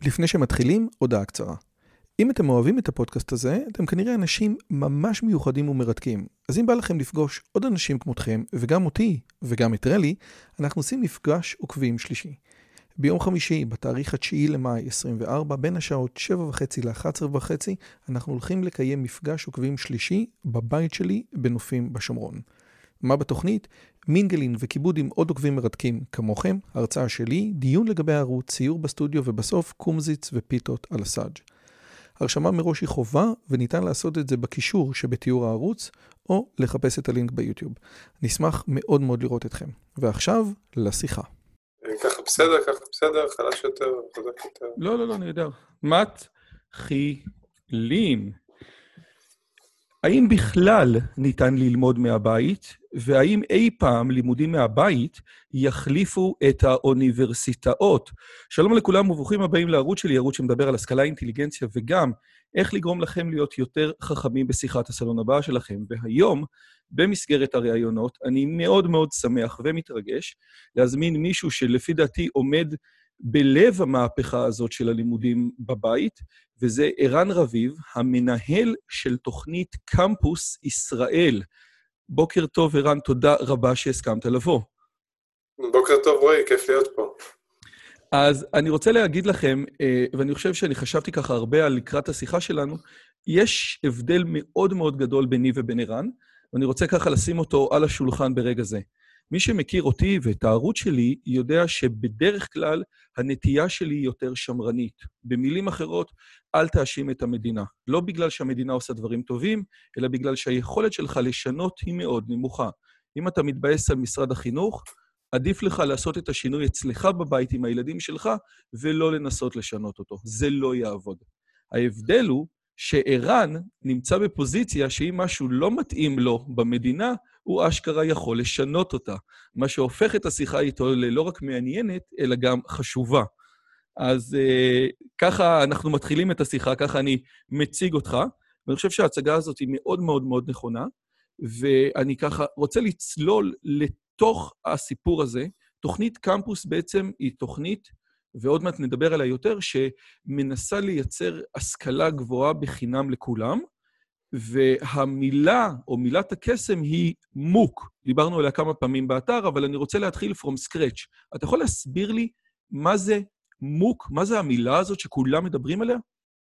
לפני שמתחילים, הודעה קצרה. אם אתם אוהבים את הפודקאסט הזה, אתם כנראה אנשים ממש מיוחדים ומרתקים. אז אם בא לכם לפגוש עוד אנשים כמותכם, וגם אותי, וגם את רלי, אנחנו עושים מפגש עוקבים שלישי. ביום חמישי, בתאריך 9 למאי 24, בין השעות 7:30 ל-11:30, אנחנו הולכים לקיים מפגש עוקבים שלישי בבית שלי בנופים בשומרון. מה בתוכנית? מינגלין וכיבוד עם עוד עוקבים מרתקים כמוכם, הרצאה שלי, דיון לגבי הערוץ, ציור בסטודיו ובסוף קומזיץ ופיתות על הסאג'. הרשמה מראש היא חובה וניתן לעשות את זה בקישור שבתיאור הערוץ או לחפש את הלינק ביוטיוב. נשמח מאוד מאוד לראות אתכם. ועכשיו לשיחה. ככה בסדר, חלש יותר, חזק יותר. לא, נהדר. מתחילים. האם בכלל ניתן ללמוד מהבית, והאם אי פעם לימודים מהבית יחליפו את האוניברסיטאות? שלום לכולם וברוכים הבאים לערוץ שלי, ערוץ שמדבר על השכלה, אינטליגנציה, וגם איך לגרום לכם להיות יותר חכמים בשיחת הסלון הבאה שלכם. והיום, במסגרת הראיונות, אני מאוד מאוד שמח ומתרגש להזמין מישהו שלפי דעתי עומד בלב המהפכה הזאת של הלימודים בבית, וזה ערן רביב, המנהל של תוכנית קמפוס ישראל. בוקר טוב, ערן, תודה רבה שהסכמת לבוא. בוקר טוב, רועי, כיף להיות פה. אז אני רוצה להגיד לכם, ואני חושב שאני חשבתי ככה הרבה על לקראת השיחה שלנו, יש הבדל מאוד מאוד גדול ביני ובין ערן, ואני רוצה ככה לשים אותו על השולחן ברגע זה. מי שמכיר אותי ואת הערוץ שלי יודע שבדרך כלל הנטייה שלי יותר שמרנית. במילים אחרות, אל תאשים את המדינה. לא בגלל שהמדינה עושה דברים טובים, אלא בגלל שהיכולת שלך לשנות היא מאוד נמוכה. אם אתה מתבאס על משרד החינוך, עדיף לך לעשות את השינוי אצלך בבית עם הילדים שלך, ולא לנסות לשנות אותו. זה לא יעבוד. ההבדל הוא שערן נמצא בפוזיציה שאם משהו לא מתאים לו במדינה, הוא אשכרה יכול לשנות אותה. מה שהופך את השיחה איתו ללא רק מעניינת, אלא גם חשובה. אז ככה אנחנו מתחילים את השיחה, ככה אני מציג אותך, ואני חושב שההצגה הזאת היא מאוד מאוד מאוד נכונה, ואני ככה רוצה לצלול לתוך הסיפור הזה. תוכנית קמפוס בעצם היא תוכנית, ועוד מעט נדבר עליה יותר, שמנסה לייצר השכלה גבוהה בחינם לכולם, והמילה, או מילת הקסם, היא מוק. דיברנו עליה כמה פעמים באתר, אבל אני רוצה להתחיל from scratch. אתה יכול להסביר לי מה זה מוק? מה זה המילה הזאת שכולם מדברים עליה?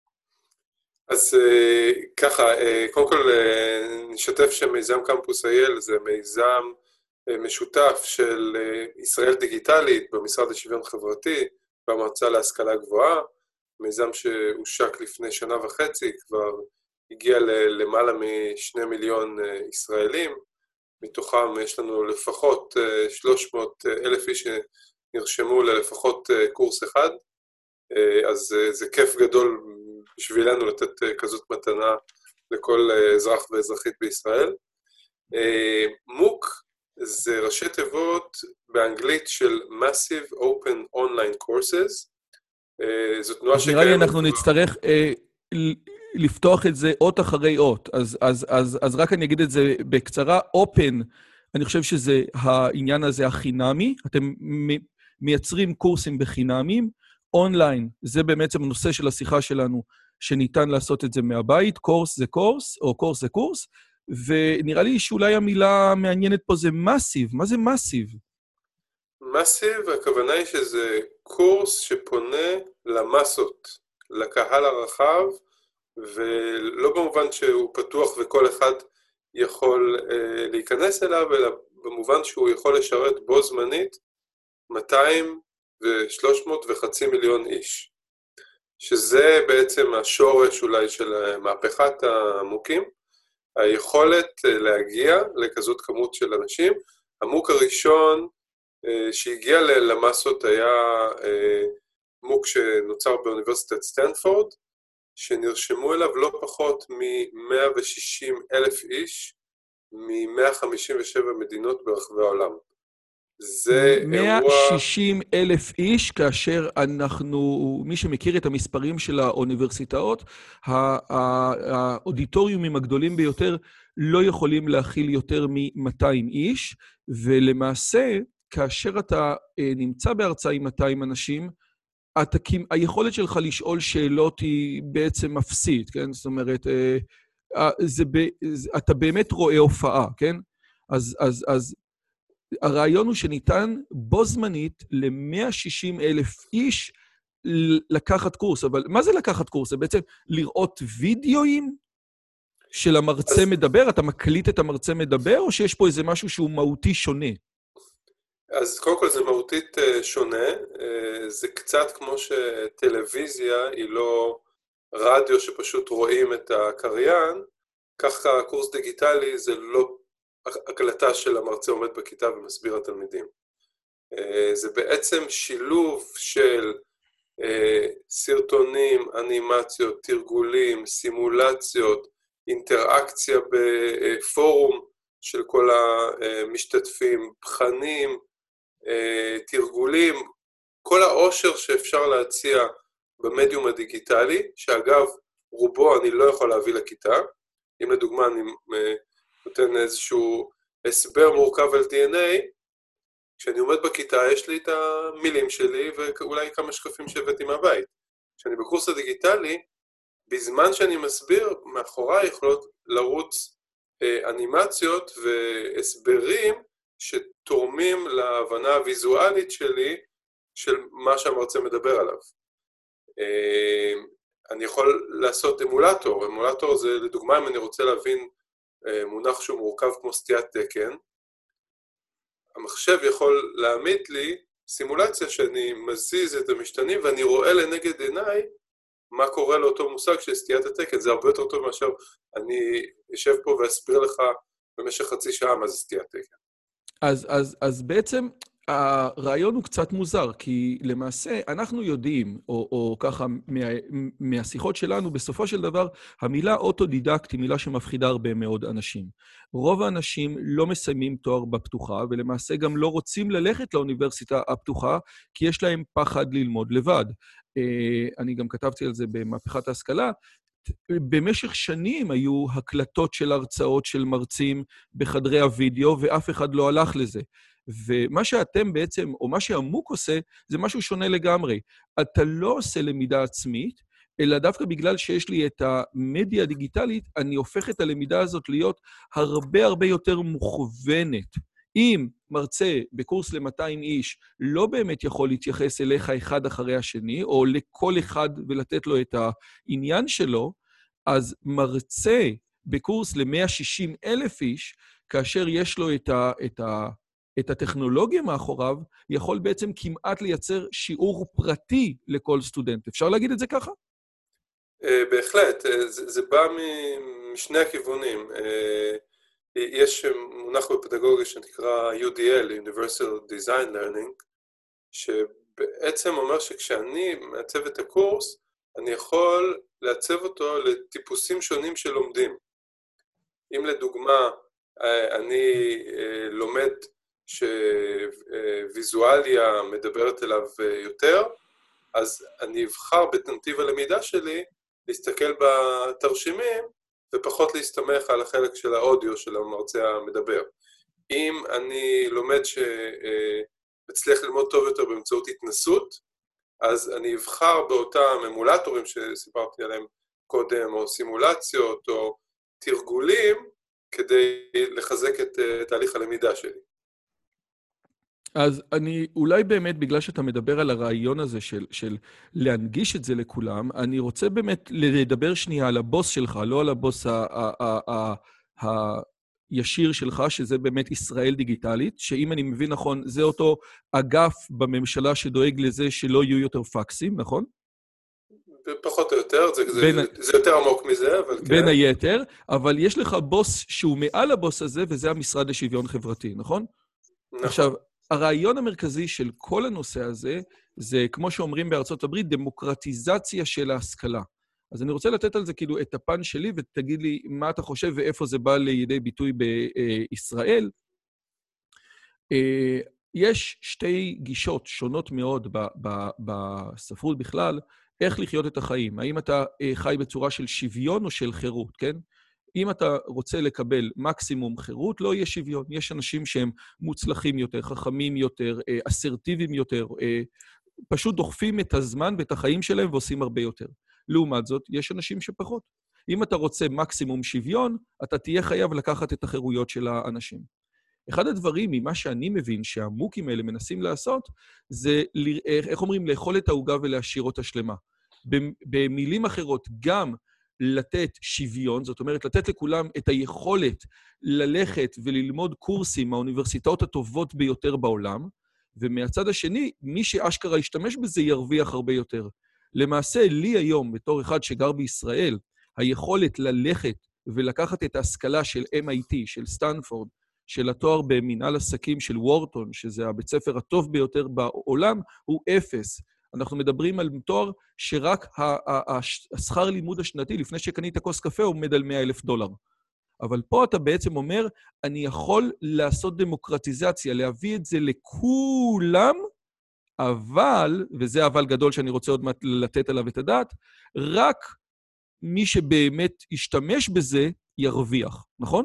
אז ככה, קודם כל נשתף שמיזם קמפוס אייל זה מיזם משותף של ישראל דיגיטלית במשרד לשוויון חברתי, במועצה להשכלה גבוהה, מיזם שהושק לפני 1.5 שנה, כבר הגיע למעלה מ2 מיליון ישראלים, מתוכם יש לנו לפחות 300,000 איש שנרשמו ללפחות קורס אחד, אז זה כיף גדול בשבילנו לתת כזאת מתנה לכל אזרח ואזרחית בישראל. מוק זה ראשי תיבות באנגלית של Massive Open Online Courses, זו תנועה שקיימת. נראה לי אנחנו נצטרך לפתוח את זה אות אחרי אות, אז רק אני אגיד את זה בקצרה. Open, אני חושב שזה העניין הזה החינמי, אתם מייצרים קורסים בחינמים, אונליין, זה בעצם הנושא של השיחה שלנו, שניתן לעשות את זה מהבית, קורס זה קורס, או קורס זה קורס, ונראה לי שאולי המילה המעניינת פה זה מסיב. מה זה מסיב? מסיב, הכוונה היא שזה קורס שפונה למסות, לקהל הרחב, ולא במובן שהוא פתוח וכל אחד יכול להיכנס אליו, אלא במובן שהוא יכול לשרת בו זמנית 200 ו-300 וחצי מיליון איש, שזה בעצם השורש אולי של מהפכת המוקים, היכולת להגיע לכזאת כמות של אנשים. המוק הראשון שהגיע למסות היה מוק שנוצר באוניברסיטת סטנפורד, שנרשמו אליו לא פחות מ-160,000 איש מ-157 מדינות ברחבי העולם. זה 160,000 איש, כאשר אנחנו, מי שמכיר את המספרים של האוניברסיטאות, האודיטוריומים הגדולים ביותר לא יכולים להכיל יותר מ-200 איש, ולמעשה, כאשר אתה נמצא בהרצאה עם 200 אנשים, היכולת שלך לשאול שאלות היא בעצם אפסית, כן? זאת אומרת, אתה באמת רואה הופעה, כן? אז הרעיון הוא שניתן בו זמנית ל-160,000 איש לקחת קורס, אבל מה זה לקחת קורס? זה בעצם לראות וידאוים של המרצה מדבר? אתה מקליט את המרצה מדבר, או שיש פה איזה משהו שהוא מהותי שונה? אז קודם כל זה מהותית שונה, זה קצת כמו שטלוויזיה היא לא רדיו שפשוט רואים את הקריין, ככה קורס דיגיטלי זה לא הקלטה של המרצה עומד בכיתה ומסביר לתלמידים. זה בעצם שילוב של סרטונים, אנימציות, תרגולים, סימולציות, אינטראקציה בפורום של כל המשתתפים, בחנים, תרגולים, כל העושר שאפשר להציע במדיום הדיגיטלי, שאגב, רובו אני לא יכול להביא לכיתה. אם לדוגמה אני נותן איזשהו הסבר מורכב על DNA, כשאני עומד בכיתה יש לי את המילים שלי ואולי כמה שקפים שהבאתי מהבית. כשאני בקורס הדיגיטלי, בזמן שאני מסביר, מאחוריי יכולות לרוץ אנימציות והסברים שתורמים להבנה הוויזואלית שלי של מה שהמרצה מדבר עליו. אני יכול לעשות אמולטור. אמולטור זה לדוגמה אם אני רוצה להבין מונח שהוא מורכב כמו סטיית תקן, המחשב יכול להעמיד לי סימולציה שאני מזיז את המשתנים ואני רואה לנגד עיניי מה קורה לאותו מושג של סטיית התקן. זה הרבה יותר טוב מאשר אני אשב פה ואסביר לך במשך חצי שעה מה זה סטיית תקן. אז בעצם הרעיון הוא קצת מוזר, כי למעשה אנחנו יודעים, או ככה מהשיחות שלנו, בסופו של דבר, המילה אוטודידקט היא מילה שמפחידה הרבה מאוד אנשים. רוב האנשים לא מסיימים תואר בפתוחה, ולמעשה גם לא רוצים ללכת לאוניברסיטה הפתוחה, כי יש להם פחד ללמוד לבד. אני גם כתבתי על זה במהפכת ההשכלה, במשך שנים היו הקלטות של הרצאות של מרצים בחדרי הוידאו, ואף אחד לא הלך לזה. ומה שאתם בעצם, או מה שהמוק עושה, זה משהו שונה לגמרי. אתה לא עושה למידה עצמית, אלא דווקא בגלל שיש לי את המדיה הדיגיטלית, אני הופך את הלמידה הזאת להיות הרבה הרבה יותר מוכוונת. אם מרצה בקורס ל-200 איש לא באמת יכול להתייחס אליך אחד אחרי השני, או לכל אחד ולתת לו את העניין שלו, אז מרצה בקורס ל-160,000 איש, כאשר יש לו את הטכנולוגיה מאחוריו, יכול בעצם כמעט לייצר שיעור פרטי לכל סטודנט. אפשר להגיד את זה ככה? בהחלט, זה בא משני הכיוונים. יש מונח בפדגוגיה שנקרא UDL, Universal Design Learning, שבעצם אומר שכשאני מעצב את הקורס, אני יכול לעצב אותו לטיפוסים שונים של לומדים. אם לדוגמה, אני לומד שוויזואליה מדברת אליו יותר, אז אני אבחר בנתיב הלמידה שלי להסתכל בתרשימים, ופחות להסתמך על החלק של האודיו של המרצה המדבר. אם אני לומד שמצליח ללמוד טוב יותר באמצעות התנסות, אז אני אבחר באותם אמולטורים שסיפרתי עליהם קודם, או סימולציות, או תרגולים, כדי לחזק את תהליך הלמידה שלי. אז אני, אולי באמת, בגלל שאתה מדבר על הרעיון הזה של להנגיש את זה לכולם, אני רוצה באמת לדבר שנייה על הבוס שלך, לא על הבוס הישיר שלך, שזה באמת ישראל דיגיטלית, שאם אני מבין נכון, זה אותו אגף בממשלה שדואג לזה שלא יהיו יותר פקסים, נכון? פחות או יותר, זה יותר עמוק מזה, אבל כן. בין היתר, אבל יש לך בוס שהוא מעל הבוס הזה, וזה המשרד לשוויון חברתי, נכון? נכון. עכשיו, הרעיון המרכזי של כל הנושא הזה, זה כמו שאומרים בארצות הברית, דמוקרטיזציה של ההשכלה. אז אני רוצה לתת על זה כאילו את הפן שלי, ותגיד לי מה אתה חושב ואיפה זה בא לידי ביטוי בישראל. יש שתי גישות שונות מאוד בספרות בכלל, איך לחיות את החיים. האם אתה חי בצורה של שוויון או של חירות, כן? אם אתה רוצה לקבל מקסימום חירות, לא יהיה שוויון. יש אנשים שהם מוצלחים יותר, חכמים יותר, אסרטיביים יותר, פשוט דוחפים את הזמן ואת החיים שלהם ועושים הרבה יותר. לעומת זאת, יש אנשים שפחות. אם אתה רוצה מקסימום שוויון, אתה תהיה חייב לקחת את החירויות של האנשים. אחד הדברים ממה שאני מבין שהמוקים האלה מנסים לעשות, זה, איך אומרים, לאכול את העוגה ולהשאיר אותה שלמה. במילים אחרות, גם לתת שוויון, זאת אומרת, לתת לכולם את היכולת ללכת וללמוד קורסים מהאוניברסיטאות הטובות ביותר בעולם, ומהצד השני, מי שאשכרה ישתמש בזה ירוויח הרבה יותר. למעשה, לי היום, בתור אחד שגר בישראל, היכולת ללכת ולקחת את ההשכלה של MIT, של סטנפורד, של התואר במנהל עסקים של וורטון, שזה הבית ספר הטוב ביותר בעולם, הוא 0. אנחנו מדברים על תואר שרק השכר לימוד השנתי, לפני שקנית כוס קפה, עומד על $100,000. אבל פה אתה בעצם אומר, אני יכול לעשות דמוקרטיזציה, להביא את זה לכולם, אבל, וזה אבל גדול שאני רוצה עוד מעט לתת עליו את הדעת, רק מי שבאמת ישתמש בזה, ירוויח, נכון?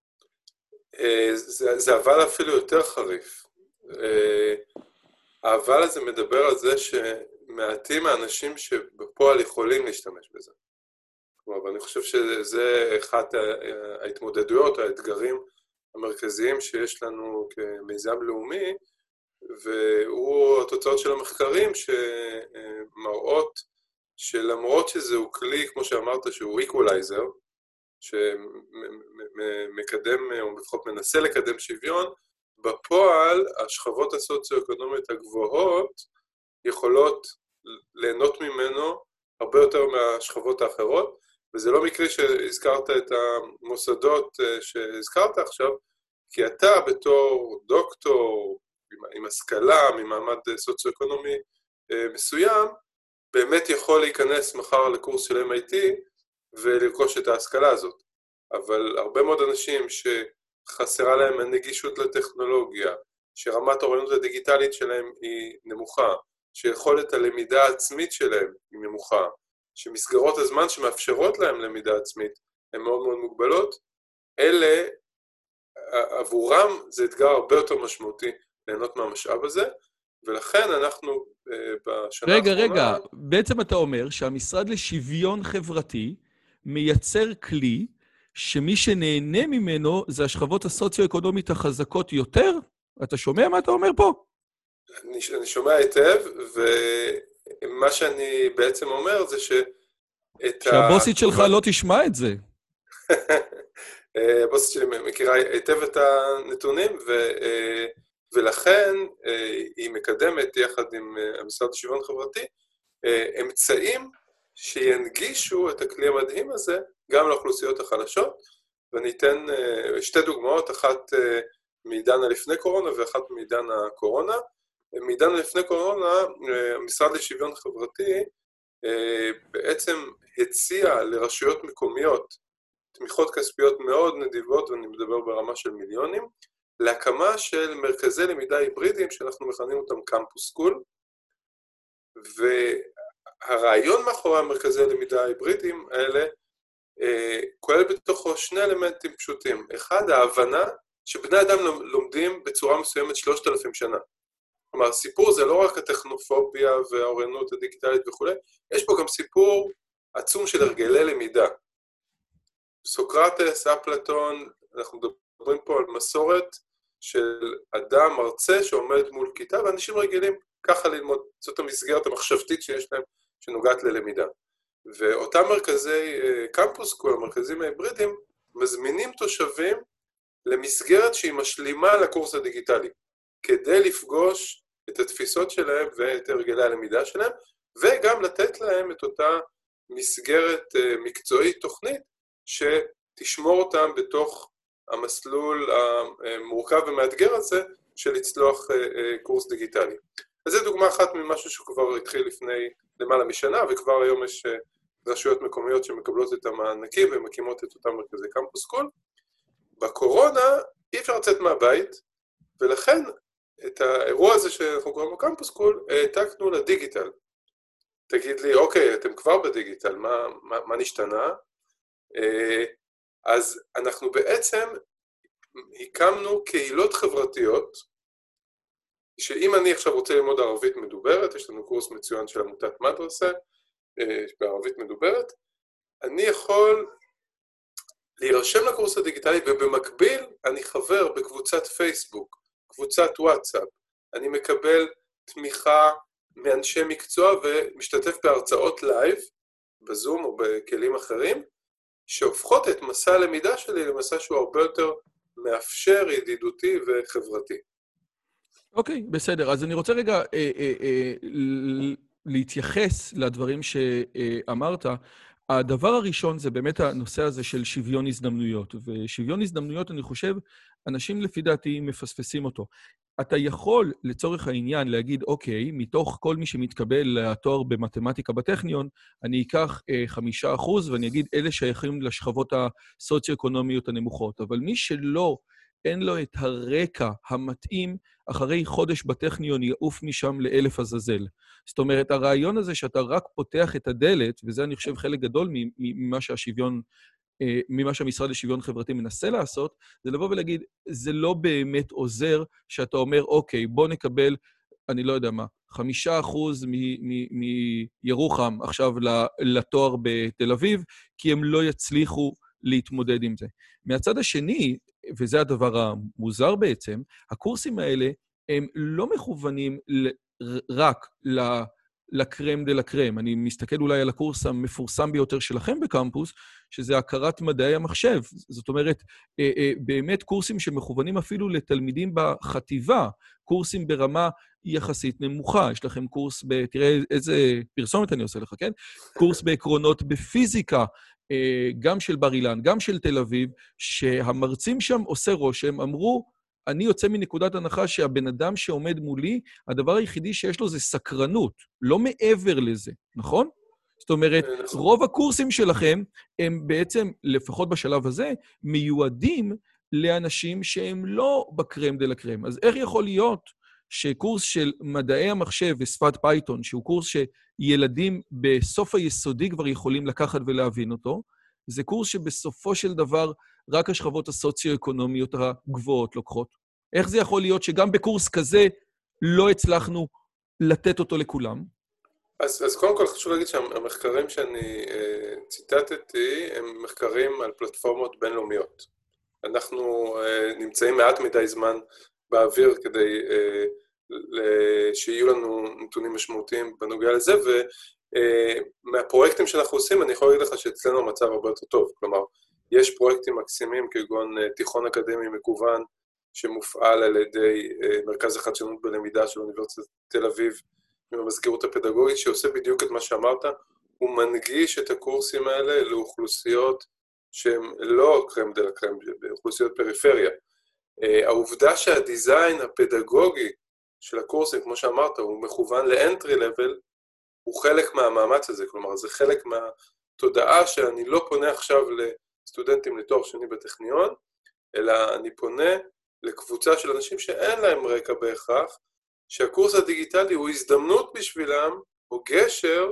זה אבל אפילו יותר חריף. האבל הזה מדבר על זה שמעטים האנשים שבפועל יכולים להשתמש בזה. כלומר, ואני חושב שזה אחת ההתמודדויות, האתגרים המרכזיים שיש לנו כמיזם לאומי, והוא התוצאות של המחקרים שמראות שלמרות שזהו כלי, כמו שאמרת, שהוא equalizer, שמקדם, או לפחות מנסה לקדם שוויון, בפועל השכבות הסוציו-אקונומיות הגבוהות יכולות ליהנות ממנו הרבה יותר מהשכבות האחרות, וזה לא מקרי שהזכרת את המוסדות שהזכרת עכשיו, כי אתה בתור דוקטור עם השכלה, ממעמד סוציו-אקונומי מסוים, באמת יכול להיכנס מחר לקורס של MIT ולרכוש את ההשכלה הזאת. אבל הרבה מאוד אנשים שחסרה להם הנגישות לטכנולוגיה, שרמת האוריינות הדיגיטלית שלהם היא נמוכה, שיכולת הלמידה העצמית שלהם היא נמוכה, שמסגרות הזמן שמאפשרות להם למידה עצמית הן מאוד מאוד מוגבלות, אלה, עבורם זה אתגר הרבה יותר משמעותי ליהנות מהמשאב הזה, ולכן אנחנו בשנה האחרונה... רגע, בעצם אתה אומר שהמשרד לשוויון חברתי מייצר כלי שמי שנהנה ממנו זה השכבות הסוציו-אקונומית החזקות יותר? אתה שומע מה אתה אומר פה? אני שומע היטב, ומה שאני בעצם אומר זה שהבוסית שלך לא תשמע את זה. הבוסית שלי מכירה היטב את הנתונים, ולכן היא מקדמת יחד עם המשרד לשוויון חברתי אמצעים שינגישו את הכלי המדהים הזה גם לאוכלוסיות החלשות, ואני אתן שתי דוגמאות, אחת מעידן הלפני קורונה ואחת מעידן הקורונה. מעידן הלפני קורונה, המשרד לשוויון חברתי בעצם הציע לרשויות מקומיות תמיכות כספיות מאוד נדיבות, ואני מדבר ברמה של מיליונים, להקמה של מרכזי למידה היברידיים שאנחנו מכנים אותם קמפוס סקול, והרעיון מאחורי המרכזי למידה ההיברידיים האלה כולל בתוכו שני אלמנטים פשוטים. אחד, ההבנה שבני אדם לומדים בצורה מסוימת 3,000 שנה. כלומר, סיפור זה לא רק הטכנופוביה והאוריינות הדיגיטלית וכו', יש פה גם סיפור עצום של הרגלי למידה. סוקרטס, אפלטון, אנחנו מדברים פה על מסורת של אדם, מרצה שעומד מול כיתה, ואנשים רגילים ככה ללמוד. זאת המסגרת המחשבתית שיש להם, שנוגעת ללמידה. ואותם מרכזי קמפוס סקול, המרכזים ההיברידיים, מזמינים תושבים למסגרת שהיא משלימה לקורס הדיגיטלי, כדי לפגוש את התפיסות שלהם ואת הרגלי הלמידה שלהם, וגם לתת להם את אותה מסגרת מקצועית תוכנית, שתשמור אותם בתוך המסלול המורכב ומאתגר הזה, של לצלוח קורס דיגיטלי. אז זו דוגמה אחת ממשהו שכבר התחיל לפני למעלה משנה, וכבר היום יש רשויות מקומיות שמקבלות את המענקים ומקימות את אותם מרכזי קמפוס סקול. בקורונה אי אפשר לצאת מהבית, ולכן את האירוע הזה שאנחנו קוראים לו קמפוס סקול, העתקנו לדיגיטל. תגיד לי, אוקיי, אתם כבר בדיגיטל, מה נשתנה? אז אנחנו בעצם הקמנו קהילות חברתיות, שאם אני עכשיו רוצה ללמוד ערבית מדוברת, יש לנו קורס מצוין של עמותת מדרסה, בערבית מדוברת, אני יכול להירשם לקורס הדיגיטלי, ובמקביל אני חבר בקבוצת פייסבוק, קבוצת וואטסאפ, אני מקבל תמיכה מאנשי מקצוע ומשתתף בהרצאות לייב, בזום או בכלים אחרים, שהופכות את מסע הלמידה שלי למסע שהוא הרבה יותר מאפשר, ידידותי וחברתי. אוקיי, בסדר. אז אני רוצה רגע להתייחס לדברים שאמרת. הדבר הראשון זה באמת הנושא הזה של שוויון הזדמנויות. ושוויון הזדמנויות, אני חושב, אנשים לפי דעתי מפספסים אותו. אתה יכול, לצורך העניין, להגיד, אוקיי, מתוך כל מי שמתקבל לתואר במתמטיקה בטכניון, אני אקח 5% ואני אגיד, אלה שייכים לשכבות הסוציו-אקונומיות הנמוכות. אבל מי שלא, אין לו את הרקע המתאים, אחרי חודש בטכניון יעוף משם לאלף עזאזל. זאת אומרת, הרעיון הזה שאתה רק פותח את הדלת, וזה אני חושב חלק גדול ממה שהמשרד לשוויון חברתי מנסה לעשות, זה לבוא ולהגיד, זה לא באמת עוזר שאתה אומר, אוקיי, בוא נקבל, אני לא יודע מה, 5% מירוחם עכשיו לתואר בתל אביב, כי הם לא יצליחו להתמודד עם זה. מהצד השני, וזה הדבר המוזר בעצם, הקורסים האלה הם לא מכוונים רק לקרם דה לקרם. אני מסתכל אולי על הקורס המפורסם ביותר שלכם בקמפוס, שזה הכרת מדעי המחשב. זאת אומרת, באמת קורסים שמכוונים אפילו לתלמידים בחטיבה, קורסים ברמה יחסית נמוכה. יש לכם קורס תראה איזה פרסומת אני עושה לך, כן? קורס בעקרונות בפיזיקה, גם של בר אילן, גם של תל אביב, שהמרצים שם עושה רושם, אמרו, אני יוצא מנקודת הנחה שהבן אדם שעומד מולי, הדבר היחידי שיש לו זה סקרנות, לא מעבר לזה, נכון? זאת אומרת, רוב הקורסים שלכם הם בעצם, לפחות בשלב הזה, מיועדים לאנשים שהם לא בקרם דה לקרם. אז איך יכול להיות שקורס של מדעי המחשב ושפת פייתון, שהוא קורס שילדים בסוף היסודי כבר יכולים לקחת ולהבין אותו, זה קורס שבסופו של דבר רק השכבות הסוציו-אקונומיות הגבוהות לוקחות. איך זה יכול להיות שגם בקורס כזה לא הצלחנו לתת אותו לכולם? אז קודם כל חשוב להגיד שהמחקרים שאני ציטטתי הם מחקרים על פלטפורמות בינלאומיות. אנחנו נמצאים מעט מדי זמן באוויר כדי שיהיו לנו נתונים משמעותיים בנוגע לזה, ומהפרויקטים שאנחנו עושים אני יכול להגיד לך שאצלנו המצב הרבה יותר טוב. כלומר, יש פרויקטים מקסימים כגון תיכון אקדמי מקוון, שמופעל על ידי מרכז החדשנות בלמידה של אוניברסיטת תל אביב, עם המזכירות הפדגוגית, שעושה בדיוק את מה שאמרת, הוא מנגיש את הקורסים האלה לאוכלוסיות שהן לא קרם דה לקרם, באוכלוסיות פריפריה. העובדה שהדיזיין הפדגוגי של הקורסים, כמו שאמרת, הוא מכוון לאנטרי לבל, הוא חלק מהמאמץ הזה, כלומר, זה חלק מהתודעה שאני לא פונה עכשיו לסטודנטים לתואר שני בטכניון, אלא אני פונה לקבוצה של אנשים שאין להם רקע בהכרח, שהקורס הדיגיטלי הוא הזדמנות בשבילם, או גשר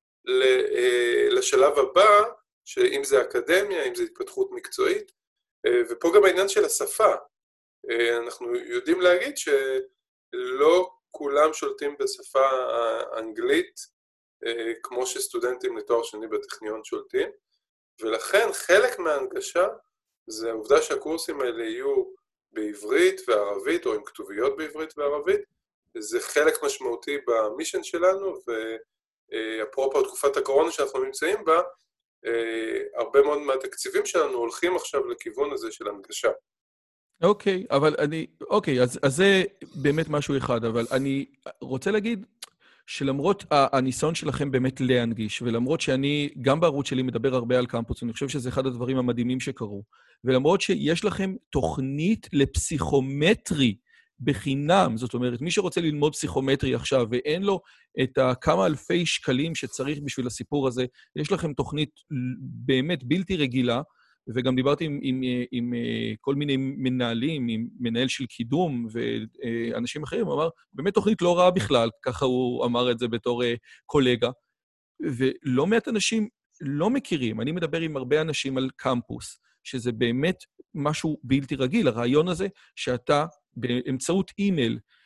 לשלב הבא, שאם זה אקדמיה, אם זה התפתחות מקצועית, ופה גם העניין של השפה. אנחנו יודעים להגיד שלא כולם שולטים בשפה האנגלית, כמו שסטודנטים לתואר שני בטכניון שולטים, ולכן חלק מההנגשה זה העובדה שהקורסים האלה יהיו בעברית וערבית, או עם כתוביות בעברית וערבית, זה חלק משמעותי במישן שלנו, ואפרופו תקופת הקורונה שאנחנו נמצאים בה, הרבה מאוד מהתקציבים שלנו הולכים עכשיו לכיוון הזה של הנגשה. אוקיי, אז זה באמת משהו אחד, אבל אני רוצה להגיד שלמרות הניסיון שלכם באמת להנגיש, ולמרות שאני גם בערוץ שלי מדבר הרבה על קמפוס, אני חושב שזה אחד הדברים המדהימים שקרו, ולמרות שיש לכם תוכנית לפסיכומטרי בחינם, זאת אומרת, מי שרוצה ללמוד פסיכומטרי עכשיו, ואין לו את כמה אלפי שקלים שצריך בשביל הסיפור הזה, יש לכם תוכנית באמת בלתי רגילה, וגם דיברתי עם כל מיני מנהלים, עם מנהל של קידום ואנשים אחרים, הוא אמר, באמת תוכנית לא רעה בכלל, ככה הוא אמר את זה בתור קולגה, ולא מעט אנשים לא מכירים, אני מדבר עם הרבה אנשים על קמפוס, שזה באמת משהו בלתי רגיל, הרעיון הזה שאתה באמצעות אימייל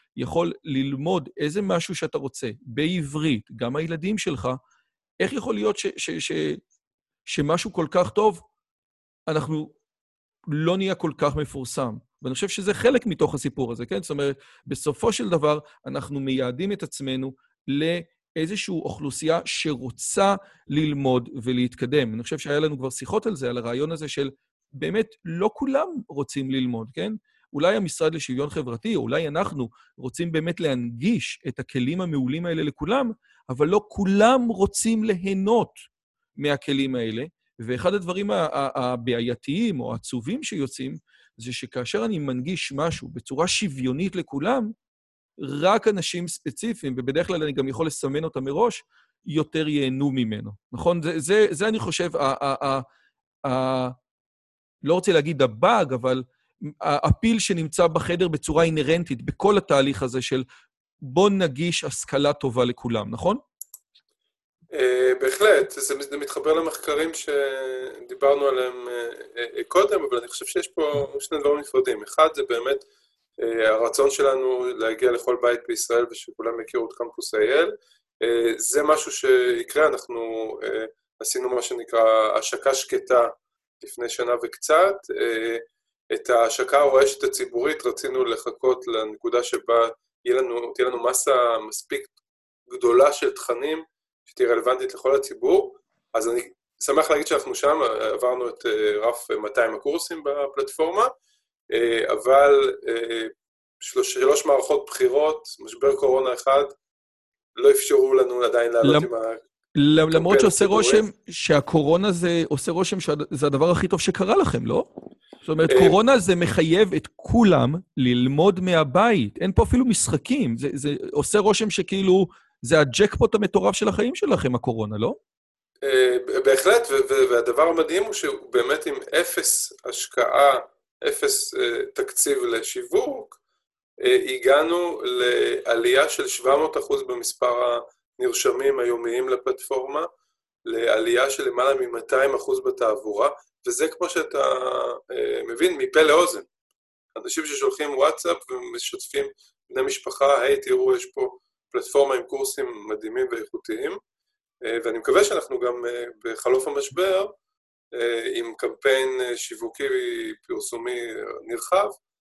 יכול ללמוד איזה משהו שאתה רוצה, בעברית, גם הילדים שלך, איך יכול להיות שמשהו כל כך טוב, אנחנו לא נהיה כל כך מפורסם. ואני חושב שזה חלק מתוך הסיפור הזה, כן? זאת אומרת, בסופו של דבר, אנחנו מייעדים את עצמנו לאיזושהי אוכלוסייה שרוצה ללמוד ולהתקדם. אני חושב שהיה לנו כבר שיחות על זה, על הרעיון הזה של באמת לא כולם רוצים ללמוד, כן? אולי המשרד לשוויון חברתי, או אולי אנחנו רוצים באמת להנגיש את הכלים המעולים האלה לכולם, אבל לא כולם רוצים ליהנות מהכלים האלה. ואחד הדברים הבעייתיים או העצובים שיוצאים, זה שכאשר אני מנגיש משהו בצורה שוויונית לכולם, רק אנשים ספציפיים, ובדרך כלל אני גם יכול לסמן אותם מראש, יותר ייהנו ממנו. נכון? זה אני חושב, לא רוצה להגיד הבאג, אבל הפיל שנמצא בחדר בצורה אינרנטית, בכל התהליך הזה של בוא נגיש השכלה טובה לכולם, נכון? בהחלט, זה מתחבר למחקרים שדיברנו עליהם קודם, אבל אני חושב שיש פה שני דברים נפרדים. אחד זה באמת הרצון שלנו להגיע לכל בית בישראל ושכולם יכירו את קמפוס IL. זה משהו שיקרה, אנחנו עשינו מה שנקרא השקה שקטה לפני שנה וקצת. את ההשקה הרועשת הציבורית רצינו לחכות לנקודה שבה תהיה לנו מסה מספיק גדולה של תכנים, שתהיה רלוונטית לכל הציבור. אז אני שמח להגיד שאנחנו שם, עברנו את רף 200 הקורסים בפלטפורמה, אבל 3 מערכות בחירות, משבר קורונה אחד, לא אפשרו לנו עדיין לעלות עם למרות שעושה רושם שהקורונה זה, עושה רושם שזה הדבר הכי טוב שקרה לכם, לא? זאת אומרת, קורונה זה מחייב את כולם ללמוד מהבית. אין פה אפילו משחקים. זה עושה רושם שכאילו זה הג'קפוט המטורף של החיים שלכם, הקורונה, לא? בהחלט, והדבר המדהים הוא שהוא באמת עם 0 השקעה, 0 תקציב לשיווק, הגענו לעלייה של 700% במספר הנרשמים היומיים לפלטפורמה, לעלייה של למעלה מ-200% בתעבורה, וזה כמו שאתה מבין, מפה לאוזן. אנשים ששולחים וואטסאפ ומשתפים בני משפחה, היי, תראו, יש פה פלטפורמה עם קורסים מדהימים ואיכותיים, ואני מקווה שאנחנו גם בחלוף המשבר, עם קמפיין שיווקי פרסומי נרחב,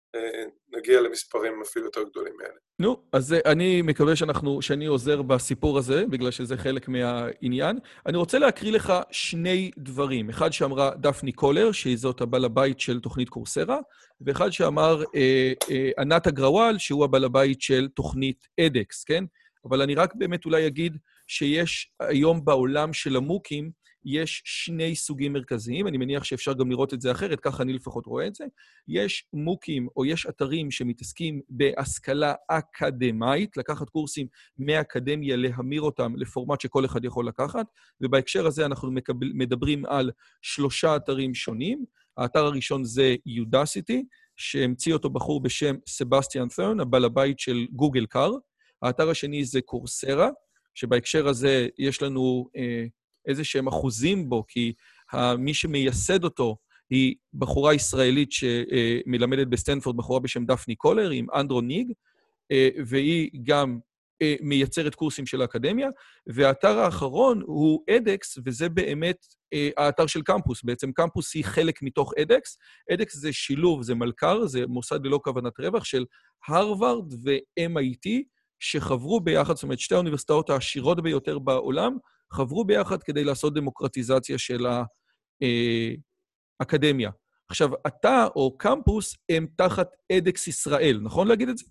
נגיע למספרים אפילו יותר גדולים מאלה. נו, אז אני מקווה שאני עוזר בסיפור הזה, בגלל שזה חלק מהעניין. אני רוצה להקריא לך 2 דברים. אחד שאמרה דפני קולר, שהיא זאת הבעל הבית של תוכנית קורסרה, ואחד שאמר ענת אגרוואל, שהוא הבעל הבית של תוכנית אדקס, כן? אבל אני רק באמת אולי אגיד שיש היום בעולם של המוקים, יש 2 סוגים מרכזיים, אני מניח שאפשר גם לראות את זה אחרת, ככה אני לפחות רואה את זה. יש מוקים או יש אתרים שמתעסקים בהשכלה אקדמית, לקחת קורסים מהאקדמיה, להמיר אותם לפורמט שכל אחד יכול לקחת, ובהקשר הזה אנחנו מדברים על 3 אתרים שונים. האתר הראשון זה Udacity, שהמציא אותו בחור בשם סבסטיאן ת'רן, הבעל הבית של גוגל קאר. האתר השני זה קורסרה, שבהקשר הזה יש לנו איזה שהם אחוזים בו, כי מי שמייסד אותו היא בחורה ישראלית שמלמדת בסטנפורד, בחורה בשם דפני קולר, עם אנדרו ניג, והיא גם מייצרת קורסים של האקדמיה, והאתר האחרון הוא אדקס, וזה באמת האתר של קמפוס. בעצם קמפוס היא חלק מתוך אדקס. אדקס זה שילוב, זה מלכ"ר, זה מוסד ללא כוונת רווח של הרווארד ו-MIT, שחברו ביחד, זאת אומרת, 2 האוניברסיטאות העשירות ביותר בעולם, חברו ביחד כדי לעשות דמוקרטיזציה של האקדמיה. עכשיו, אתה או קמפוס הם תחת אדקס ישראל, נכון להגיד את זה?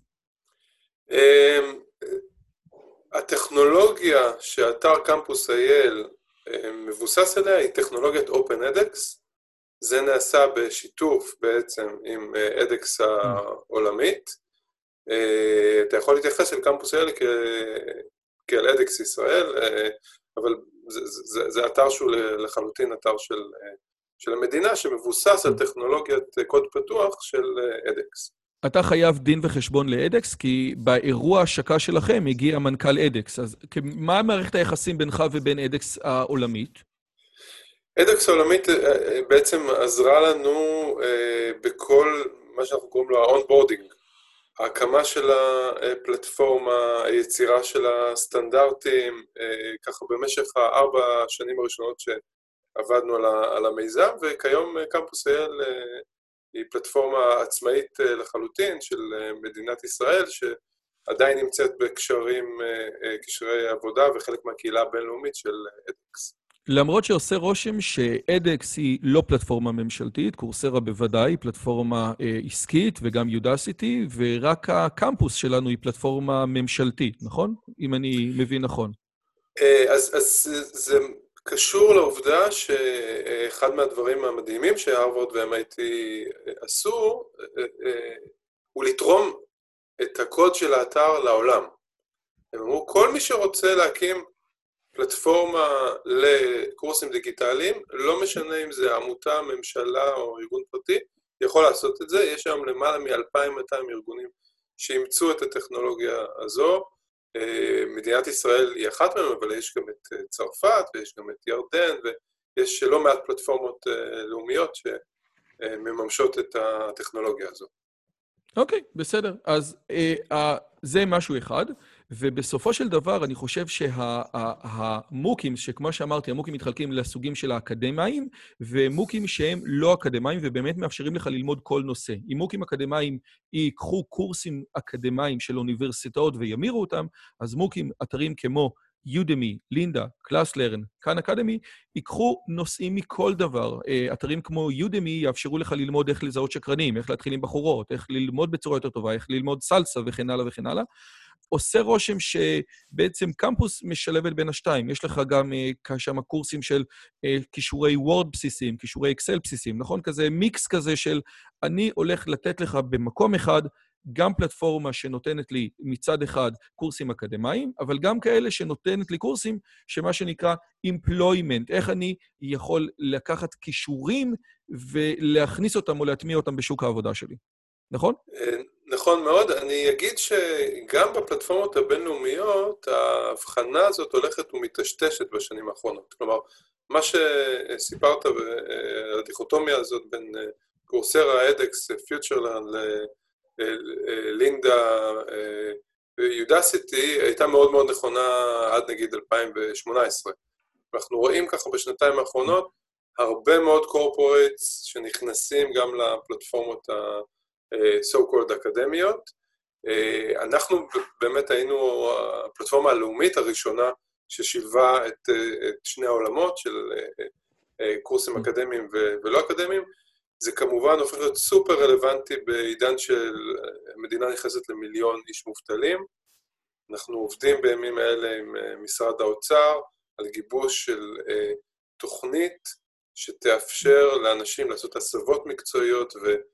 הטכנולוגיה שאתר קמפוס IL מבוסס עליה היא טכנולוגיית OpenEdX. זה נעשה בשיתוף בעצם עם אדקס העולמית. אתה יכול להתייחס אל קמפוס IL כאל אדקס ישראל, אבל זה אתר שהוא לחלוטין אתר של המדינה, שמבוסס על טכנולוגיית קוד פתוח של אדקס. אתה חייב דין וחשבון לאדקס, כי באירוע השקה שלכם הגיע מנכ"ל אדקס. אז מה מערכת היחסים בינך ובין אדקס העולמית? אדקס העולמית בעצם עזרה לנו בכל מה שאנחנו קוראים לו ה-onboarding. ההקמה של הפלטפורמה, היצירה של הסטנדרטים, ככה במשך 4 השנים הראשונות שעבדנו על המיזם, וכיום קמפוס אייל היא פלטפורמה עצמאית לחלוטין של מדינת ישראל, שעדיין נמצאת קשרי עבודה וחלק מהקהילה הבינלאומית של edX. למרות שעושה רושם ש-edX היא לא פלטפורמה ממשלתית, קורסרה בוודאי, פלטפורמה עסקית וגם יודסיטי, ורק הקמפוס שלנו היא פלטפורמה ממשלתית, נכון? אם אני מבין נכון. אז זה קשור לעובדה שאחד מהדברים המדהימים שהרווארד ו-MIT עשו, הוא לתרום את הקוד של האתר לעולם. הם אמרו, כל מי שרוצה להקים פלטפורמה לקורסים דיגיטליים, לא משנה אם זה עמותה, ממשלה או ארגון פרטי, יכול לעשות את זה. יש שם למעלה מ-2,200 ארגונים שאימצו את הטכנולוגיה הזו. מדינת ישראל היא אחת מהם, אבל יש גם את צרפת ויש גם את ירדן, ויש לא מעט פלטפורמות לאומיות שמממשות את הטכנולוגיה הזו. אוקיי, בסדר. אז זה משהו אחד, ובסופו של דבר אני חושב שהמוקים, שכמו שאמרתי, המוקים מתחלקים לסוגים של האקדמיים, ומוקים שהם לא אקדמיים, ובאמת מאפשרים לך ללמוד כל נושא. אם מוקים אקדמיים ייקחו קורסים אקדמיים של אוניברסיטאות וימירו אותם, אז מוקים, אתרים כמו יודמי, לינדה, קלאסלרן, כאן אקדמי, ייקחו נושאים מכל דבר. אתרים כמו יודמי יאפשרו לך ללמוד איך לזהות שקרנים, איך להתחיל עם בחורות, איך ללמוד בצורה יותר טובה, איך ללמוד סלסה וכן הלאה וכן הלאה. עושה רושם שבעצם קמפוס משלבת בין השתיים. יש לך גם שם קורסים של כישורי וורד בסיסיים, כישורי אקסל בסיסיים, נכון? כזה מיקס כזה של אני הולך לתת לך במקום אחד גם פלטפורמה שנותנת לי מצד אחד קורסים אקדמיים, אבל גם כאלה שנותנת לי קורסים שמה שנקרא employment, איך אני יכול לקחת כישורים ולהכניס אותם או להטמיע אותם בשוק העבודה שלי. נכון? נכון מאוד. אני אגיד שגם בפלטפורמות הבינלאומיות, ההבחנה הזאת הולכת ומטשטשת בשנים האחרונות. כלומר, מה שסיפרת בדיכוטומיה הזאת בין קורסרה, edX, FutureLearn, לינדה, יודסיטי, הייתה מאוד מאוד נכונה עד נגיד 2018. אנחנו רואים ככה בשנתיים האחרונות, הרבה מאוד קורפורטס שנכנסים גם לפלטפורמות so called אקדמיות. אנחנו באמת היינו הפלטפורמה הלאומית הראשונה ששילבה את שני העולמות של קורסים אקדמיים ולא אקדמיים. זה כמובן הופך להיות סופר רלוונטי בעידן של מדינה נכנסת למיליון איש מובטלים. אנחנו עובדים בימים האלה עם משרד האוצר על גיבוש של תוכנית שתאפשר לאנשים לעשות הסבות מקצועיות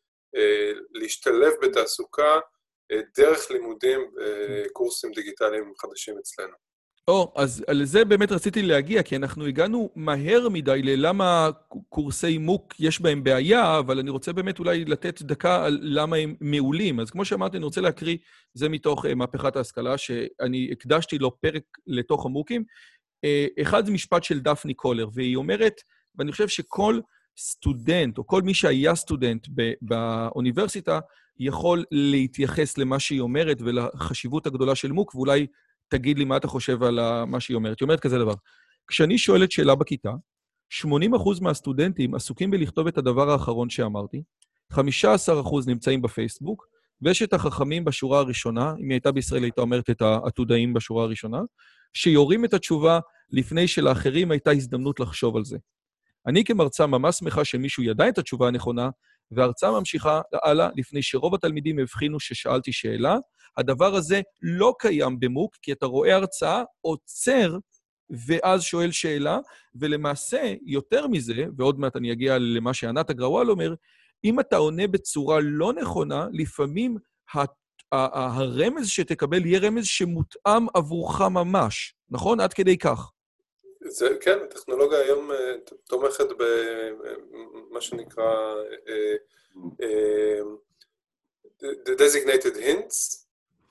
ולהשתלב בתעסוקה דרך לימודים קורסים דיגיטליים חדשים אצלנו. אז על זה באמת רציתי להגיע, כי אנחנו הגענו מהר מדי ללמה קורסי מוק יש בהם בעיה, אבל אני רוצה באמת אולי לתת דקה על למה הם מעולים. אז כמו שאמרתי, אני רוצה להקריא, זה מתוך מהפכת ההשכלה, שאני הקדשתי לו פרק לתוך המוקים. אחד זה משפט של דפני קולר, והיא אומרת, ואני חושב שכל סטודנט, או כל מי שהיה סטודנט באוניברסיטה, יכול להתייחס למה שהיא אומרת ולחשיבות הגדולה של מוק, ואולי תגיד לי מה אתה חושב על מה שהיא אומרת. היא אומרת כזה דבר. כשאני שואלת שאלה בכיתה, 80% מהסטודנטים עסוקים בלכתוב את הדבר האחרון שאמרתי, 15% נמצאים בפייסבוק, ויש את החכמים בשורה הראשונה, אם היא הייתה בישראל הייתה אומרת את העתודאים בשורה הראשונה, שיורים את התשובה לפני שלאחרים הייתה הזדמנות לחשוב על זה. אני כמרצה ממש שמחה שמישהו ידע את התשובה הנכונה, וההרצאה ממשיכה הלאה לפני שרוב התלמידים הבחינו ששאלתי שאלה. הדבר הזה לא קיים במוק, כי אתה רואה הרצאה, עוצר, ואז שואל שאלה, ולמעשה, יותר מזה, ועוד מעט אני אגיע למה שענת הגרוואל אומר, אם אתה עונה בצורה לא נכונה, לפעמים הרמז שתקבל יהיה רמז שמותאם עבורך ממש, נכון? עד כדי כך. כן, הטכנולוגיה היום תומכת במה שנקרא designated hints,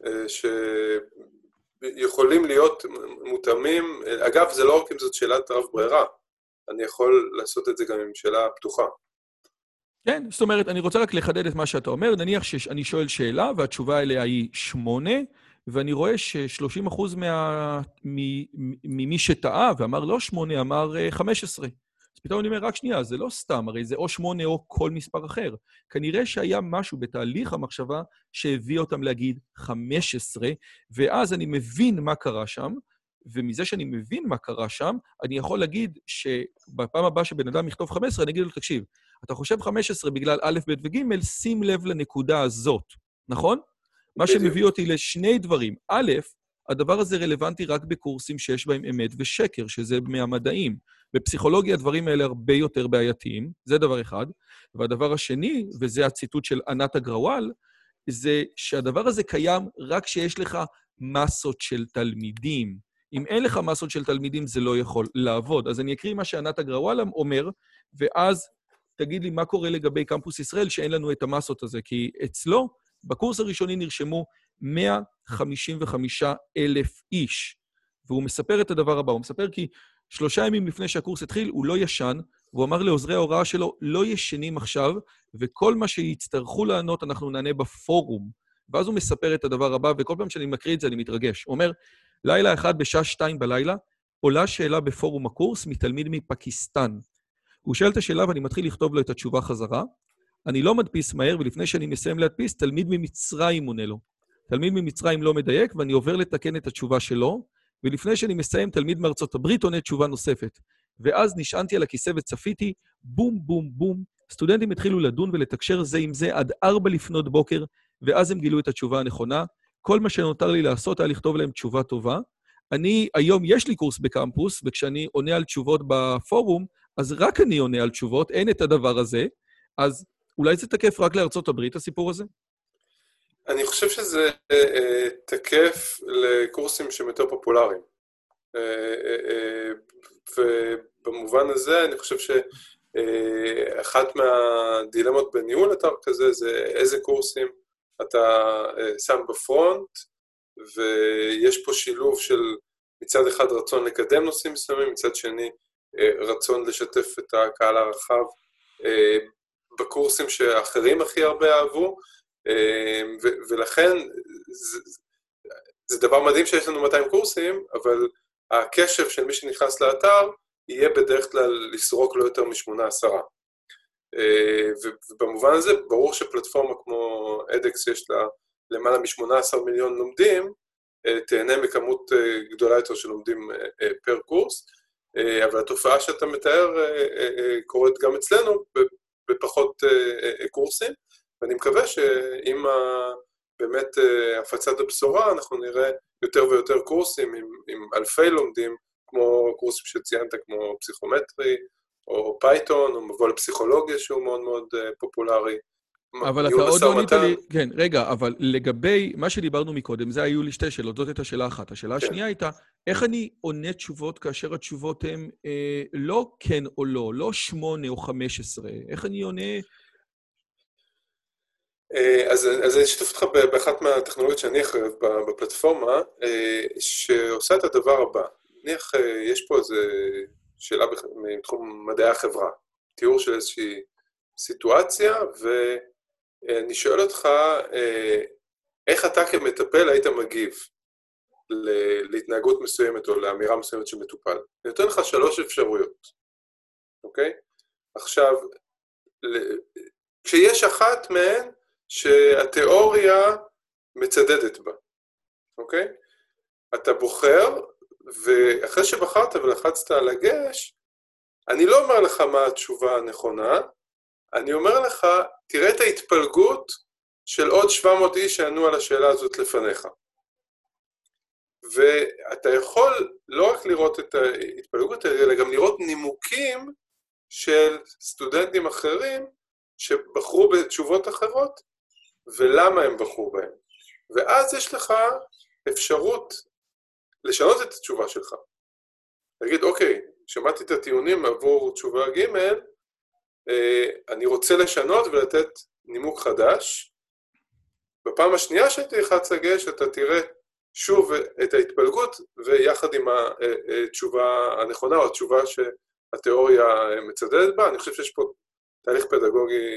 שיכולים להיות מותאמים. אגב, זה לא רק אם זאת שאלת רב ברירה, אני יכול לעשות את זה גם עם שאלה פתוחה. כן, זאת אומרת, אני רוצה רק לחדד את מה שאתה אומר. נניח שאני שואל שאלה, והתשובה אליה היא 8, ואני רואה ש30% ממי שטעה ואמר לא 8, אמר 15. אז פתאום אני אומר, רק שנייה, זה לא סתם, הרי זה או 8 או כל מספר אחר. כנראה שהיה משהו בתהליך המחשבה שהביא אותם להגיד 15, ואז אני מבין מה קרה שם, ומזה שאני מבין מה קרה שם, אני יכול להגיד שבפעם הבאה שבן אדם יכתוב 15, אני אגיד לו, תקשיב, אתה חושב 15 בגלל א', ב' וג', שים לב לנקודה הזאת, נכון? מה שמביא אותי לשני דברים. א', הדבר הזה רלוונטי רק בקורסים שיש בהם אמת ושקר, שזה מהמדעים. בפסיכולוגיה הדברים האלה הרבה יותר בעייתיים, זה דבר אחד. והדבר השני, וזה הציטוט של ענת אגרוואל, זה שהדבר הזה קיים רק כשיש לך מסות של תלמידים. אם אין לך מסות של תלמידים, זה לא יכול לעבוד. אז אני אקריא מה שענת אגרוואל אומר, ואז תגיד לי מה קורה לגבי קמפוס ישראל, שאין לנו את המסות הזה, כי אצלו, בקורס הראשוני נרשמו 155,000 איש, והוא מספר את הדבר הבא, הוא מספר כי 3 ימים לפני שהקורס התחיל, הוא לא ישן, והוא אמר לעוזרי ההוראה שלו, לא ישנים עכשיו, וכל מה שיצטרכו לענות, אנחנו נענה בפורום. ואז הוא מספר את הדבר הבא, וכל פעם שאני מקריא את זה, אני מתרגש. הוא אומר, לילה אחד בשעה 2 בלילה, עולה שאלה בפורום הקורס מתלמיד מפקיסטן. הוא שואל את השאלה ואני מתחיל לכתוב לו את התשובה חזרה. אני לא מדפיס מהר, ולפני שאני מסיים להדפיס, תלמיד ממצרים עונה לו. תלמיד ממצרים לא מדייק, ואני עובר לתקן את התשובה שלו, ולפני שאני מסיים, תלמיד מארצות הברית עונה תשובה נוספת. ואז נשענתי על הכיסא וצפיתי, בום, בום, בום. סטודנטים התחילו לדון ולתקשר זה עם זה עד 4 לפנות בוקר, ואז הם גילו את התשובה הנכונה. כל מה שנותר לי לעשות היה לכתוב להם תשובה טובה. היום יש לי קורס בקמפוס, וכשאני עונה על תשובות בפורום, אז רק אני עונה על תשובות, אין את הדבר הזה, אז אולי זה תקף רק לארצות הברית, הסיפור הזה? אני חושב שזה תקף לקורסים שהם יותר פופולריים. ובמובן הזה אני חושב שאחת מהדילמות בניהול אתר כזה זה איזה קורסים אתה שם בפרונט, ויש פה שילוב של מצד אחד רצון לקדם נושאים מסוימים, מצד שני רצון לשתף את הקהל הרחב בקורסים שאחרים הכי הרבה אהבו, ולכן זה דבר מדהים שיש לנו 200 קורסים, אבל הקשב של מי שנכנס לאתר יהיה בדרך כלל לסרוק לא יותר מ8-10. ובמובן הזה ברור שפלטפורמה כמו edX יש לה למעלה מ18 מיליון לומדים, תהנה מכמות גדולה יותר של לומדים פר קורס, אבל התופעה שאתה מתאר קורית גם אצלנו בפחות קורסים, ואני מקווה שעם באמת הפצת הבשורה אנחנו נראה יותר ויותר קורסים עם אלפי לומדים, כמו קורסים שציינת כמו פסיכומטרי, או פייתון, או מבוא לפסיכולוגיה שהוא מאוד מאוד פופולרי. אבל אתה עוד לא ענית לי, כן, רגע, אבל לגבי מה שדיברנו מקודם, זה היו לי 2 שאלות, זאת הייתה שאלה אחת. השאלה השנייה הייתה, איך אני עונה תשובות כאשר התשובות הן לא כן או לא, לא 8 או 15, איך אני עונה? אז אני אשתף אותך באחת מהטכנולוגיות שאני אחריו בפלטפורמה, שעושה את הדבר הבא. נניח, יש פה איזו שאלה מתחום מדעי החברה, תיאור של איזושהי סיטואציה, ואני שואל אותך, איך אתה כמטפל היית מגיב להתנהגות מסוימת או לאמירה מסוימת של מטופל? אני נותן לך 3 אפשרויות, אוקיי? עכשיו, כשיש אחת מהן שהתיאוריה מצדדת בה, אוקיי? אתה בוחר, ואחרי שבחרת ולחצת על הגש, אני לא אומר לך מה התשובה הנכונה, אני אומר לך, תראה את ההתפלגות של עוד 700 איש שענו על השאלה הזאת לפניך. ואתה יכול לא רק לראות את ההתפלגות, אלא גם לראות נימוקים של סטודנטים אחרים שבחרו בתשובות אחרות, ולמה הם בחרו בהם. ואז יש לך אפשרות לשנות את התשובה שלך. להגיד, אוקיי, שמעתי את הטיעונים עבור תשובה ג', אני רוצה לשנות ולתת נימוק חדש. בפעם השנייה שהייתי לחץ הגש, אתה תראה שוב את ההתפלגות, ויחד עם התשובה הנכונה, או התשובה שהתיאוריה מצדדת בה. אני חושב שיש פה תהליך פדגוגי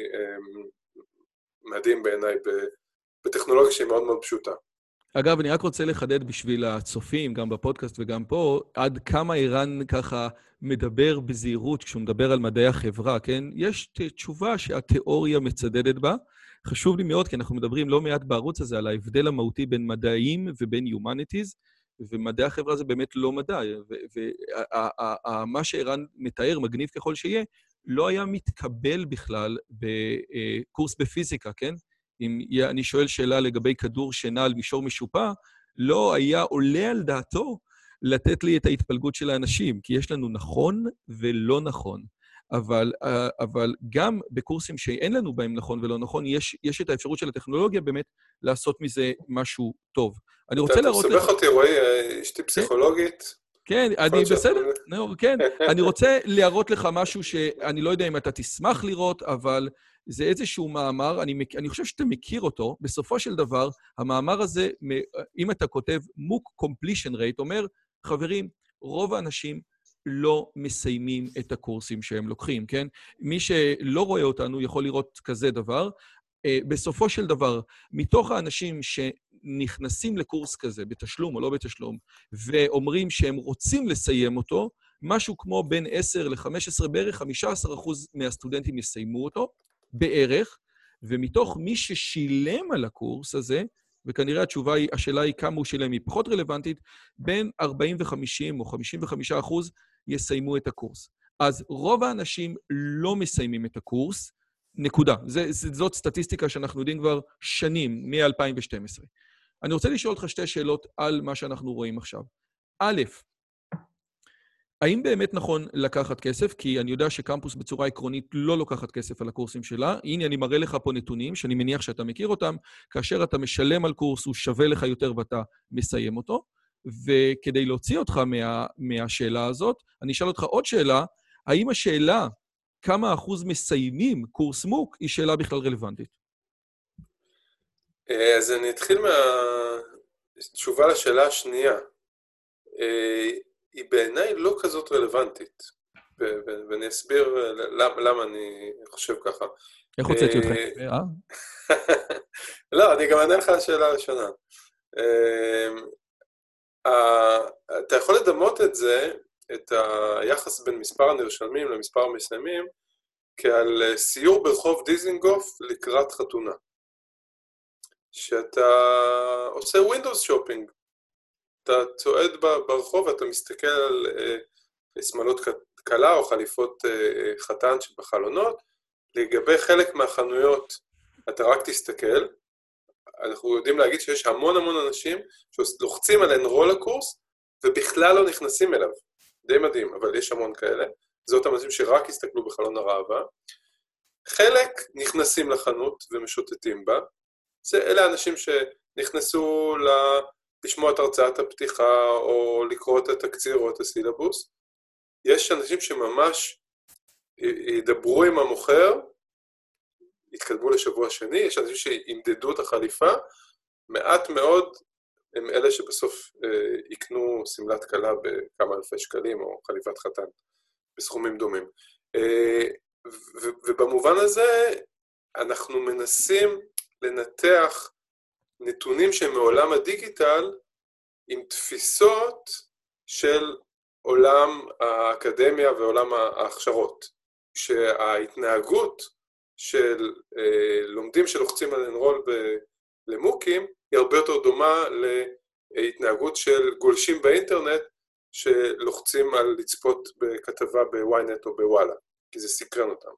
מדהים בעיניי, בטכנולוגיה שהיא מאוד מאוד פשוטה. אגב, אני רק רוצה לחדד בשביל הצופים, גם בפודקאסט וגם פה, עד כמה ערן ככה מדבר בזהירות כשהוא מדבר על מדעי החברה, כן? יש תשובה שהתיאוריה מצדדת בה. חשוב לי מאוד, כי אנחנו מדברים לא מעט בערוץ הזה על ההבדל המהותי בין מדעים ובין humanities, ומדעי החברה זה באמת לא מדע, ומה שערן מתאר, מגניב ככל שיהיה, לא היה מתקבל בכלל בקורס בפיזיקה, כן? אם אני שואל שאלה לגבי כדור שינה על מישור משופע, לא היה עולה על דעתו לתת לי את ההתפלגות של האנשים, כי יש לנו נכון ולא נכון. אבל גם בקורסים שאין לנו בהם נכון ולא נכון, יש את האפשרות של הטכנולוגיה באמת לעשות מזה משהו טוב. אני רוצה להראות לך... אתה מסבך אותי, רועי, אשתי פסיכולוגית. כן, אני בסדר, כן. אני רוצה להראות לך משהו שאני לא יודע אם אתה תשמח לראות, אבל זה איזשהו מאמר, אני חושב שאתה מכיר אותו, בסופו של דבר, המאמר הזה, אם אתה כותב MOOC completion rate, אומר, חברים, רוב האנשים לא מסיימים את הקורסים שהם לוקחים, כן? מי שלא רואה אותנו יכול לראות כזה דבר. בסופו של דבר, מתוך האנשים שנכנסים לקורס כזה, בתשלום או לא בתשלום, ואומרים שהם רוצים לסיים אותו, משהו כמו בין 10 ל-15 בערך, 15% מהסטודנטים יסיימו אותו, בערך, ומתוך מי ששילם על הקורס הזה, וכנראה השאלה היא כמה הוא שילם, היא פחות רלוונטית, בין 40 ו-50 או 55% יסיימו את הקורס. אז רוב האנשים לא מסיימים את הקורס, נקודה. זאת סטטיסטיקה שאנחנו יודעים כבר שנים, מ-2012. אני רוצה לשאול אותך שתי שאלות על מה שאנחנו רואים עכשיו. א', האם באמת נכון לקחת כסף? כי אני יודע שקמפוס בצורה עקרונית לא לוקחת כסף על הקורסים שלה. הנה, אני מראה לך פה נתונים, שאני מניח שאתה מכיר אותם. כאשר אתה משלם על קורס, הוא שווה לך יותר ואתה מסיים אותו. וכדי להוציא אותך מהשאלה הזאת, אני אשאל אותך עוד שאלה, האם השאלה כמה אחוז מסיימים קורס מוק היא שאלה בכלל רלוונטית? אז אני אתחיל מהתשובה לשאלה השנייה. היא בעיניי לא כזאת רלוונטית, ואני אסביר למה אני חושב ככה. איך הוצאתי אותך? לא, אני גם אענה לך על השאלה הראשונה. אתה יכול לדמות את זה, את היחס בין מספר הנרשמים למספר המסיימים, כעל סיור ברחוב דיזינגוף לקראת חתונה. שאתה עושה ווינדוס שופינג, אתה צועד ברחוב ואתה מסתכל על שמלות קלה או חליפות חתן שבחלונות, לגבי חלק מהחנויות אתה רק תסתכל, אנחנו יודעים להגיד שיש המון אנשים שלוחצים על אנרול לקורס ובכלל לא נכנסים אליו, די מדהים, אבל יש המון כאלה, זה אותם אנשים שרק הסתכלו בחלון הראווה, חלק נכנסים לחנות ומשוטטים בה, אלה האנשים שנכנסו לשמוע את הרצאת הפתיחה או לקרוא את התקציר או את הסילבוס, יש אנשים שממש ידברו עם המוכר, יתקדמו לשבוע שני, יש אנשים שימדדו את החליפה, מעט מאוד הם אלה שבסוף יקנו סמלת קלה בכמה אלפי שקלים או חליפת חתן בסכומים דומים. ובמובן הזה אנחנו מנסים לנתח נתונים שהם מעולם הדיגיטל עם תפיסות של עולם האקדמיה ועולם ההכשרות. שההתנהגות של לומדים שלוחצים על אנרול למוקים היא הרבה יותר דומה להתנהגות של גולשים באינטרנט שלוחצים על לצפות בכתבה בוויינט או בוואלה, כי זה סקרן אותם.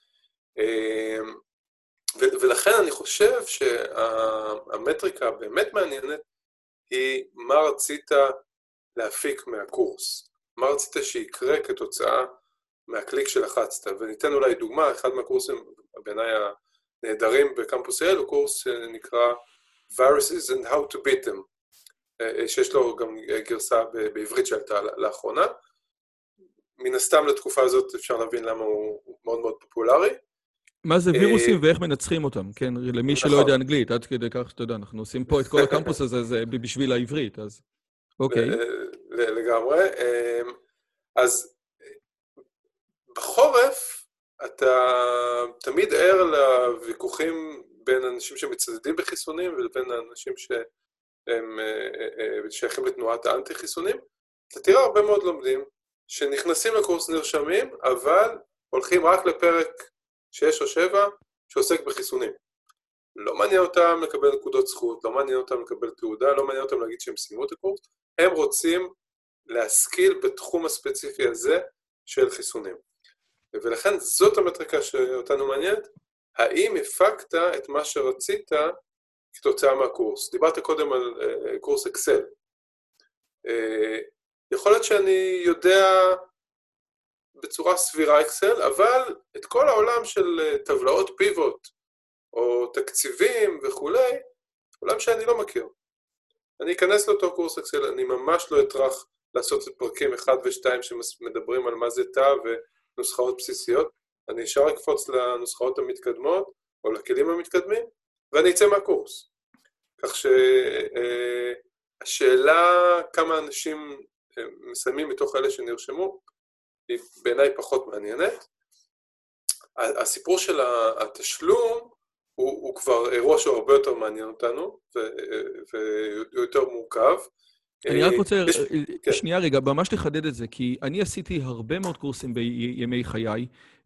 ולכן אני חושב שהמטריקה הבאמת מעניינת היא מה רצית להפיק מהקורס, מה רצית שיקרה כתוצאה מהקליק שלחצת, וניתן אולי דוגמה, אחד מהקורסים בעיניי הנהדרים בקמפוס אל הוא קורס שנקרא Viruses and How to Beat Them, שיש לו גם גרסה בעברית שעלתה לאחרונה, מן הסתם לתקופה הזאת אפשר להבין למה הוא מאוד מאוד פופולרי. מה זה וירוסים ואיך מנצחים אותם, כן? למי שלא יודע אנגלית, עד כדי כך שאתה יודע, אנחנו עושים פה את כל הקמפוס הזה, זה בשביל העברית, אז אוקיי. לגמרי. אז בחורף אתה תמיד ער לוויכוחים בין אנשים שמצדדים בחיסונים ולבין האנשים שהם שייכים לתנועת האנטי-חיסונים. אתה תראה הרבה מאוד לומדים שנכנסים לקורס נרשמים, אבל הולכים רק לפרק 6 או 7 שעוסק בחיסונים. לא מעניין אותם לקבל נקודות זכות, לא מעניין אותם לקבל תעודה, לא מעניין אותם להגיד שהם סיימו את הקורס, הם רוצים להשכיל בתחום הספציפי הזה של חיסונים. ולכן זאת המטריקה שאותנו מעניינת, האם הפקת את מה שרצית כתוצאה מהקורס. דיברת קודם על קורס אקסל. יכול להיות שאני יודע בצורה סבירה אקסל, אבל את כל העולם של טבלאות פיבוט, או תקציבים וכולי, עולם שאני לא מכיר. אני אכנס לאותו קורס אקסל, אני ממש לא אטרח לעשות את פרקים 1 ו-2 שמדברים על מה זה תא ונוסחאות בסיסיות, אני ישר אקפוץ לנוסחאות המתקדמות, או לכלים המתקדמים, ואני אצא מהקורס. כך שהשאלה כמה אנשים מסיימים מתוך אלה שנרשמו, היא בעיניי פחות מעניינת. הסיפור של התשלום, הוא כבר אירוע שהוא הרבה יותר מעניין אותנו, ויותר מורכב. אני רק רוצה, שנייה רגע, ממש לחדד את זה, כי אני עשיתי הרבה מאוד קורסים בימי חיי,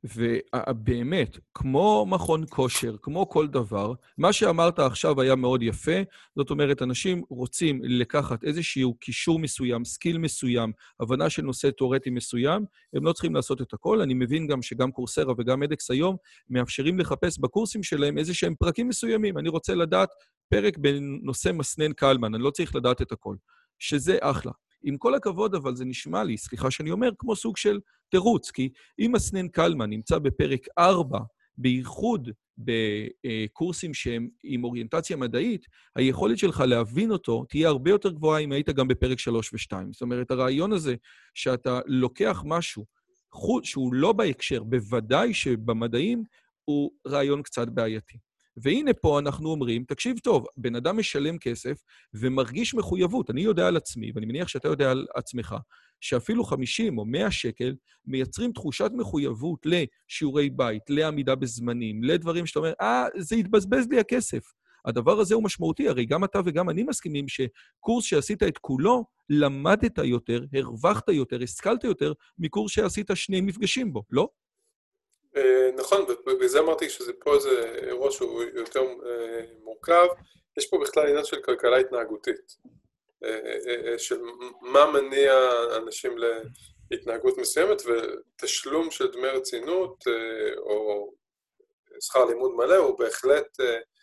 ובאמת, כמו מכון כושר, כמו כל דבר, מה שאמרת עכשיו היה מאוד יפה, זאת אומרת, אנשים רוצים לקחת איזשהו קישור מסוים, סקיל מסוים, הבנה של נושא תיאורטי מסוים, הם לא צריכים לעשות את הכל, אני מבין גם שגם קורסרה וגם אדקס היום, מאפשרים לחפש בקורסים שלהם איזשהם פרקים מסוימים, אני רוצה לדעת פרק בנושא מסנן קלמן, אני לא צריך לדעת את הכל. שזה אחלה. עם כל הכבוד, אבל זה נשמע לי, סליחה שאני אומר, כמו סוג של תירוץ, כי אם מסנן קלמן נמצא בפרק 4, בייחוד בקורסים שהם עם אוריינטציה מדעית, היכולת שלך להבין אותו תהיה הרבה יותר גבוהה אם היית גם בפרק 3 ו-2. זאת אומרת, הרעיון הזה שאתה לוקח משהו שהוא לא בהקשר, בוודאי שבמדעים הוא רעיון קצת בעייתי. והנה פה אנחנו אומרים, תקשיב טוב, בן אדם משלם כסף ומרגיש מחויבות. אני יודע על עצמי, ואני מניח שאתה יודע על עצמך, שאפילו 50 או 100 שקל מייצרים תחושת מחויבות לשיעורי בית, לעמידה בזמנים, לדברים שאתה אומר, זה יתבזבז לי הכסף. הדבר הזה הוא משמעותי, הרי גם אתה וגם אני מסכימים שקורס שעשית את כולו, למדת יותר, הרווחת יותר, השכלת יותר, מקורס שעשית 2 מפגשים בו, לא? נכון, ובזה אמרתי שזה פה איזה אירוע שהוא יותר מורכב, יש פה בכלל עניין של כלכלה התנהגותית, של מה מניע אנשים להתנהגות מסוימת, ותשלום של דמי רצינות, או שכר לימוד מלא, הוא בהחלט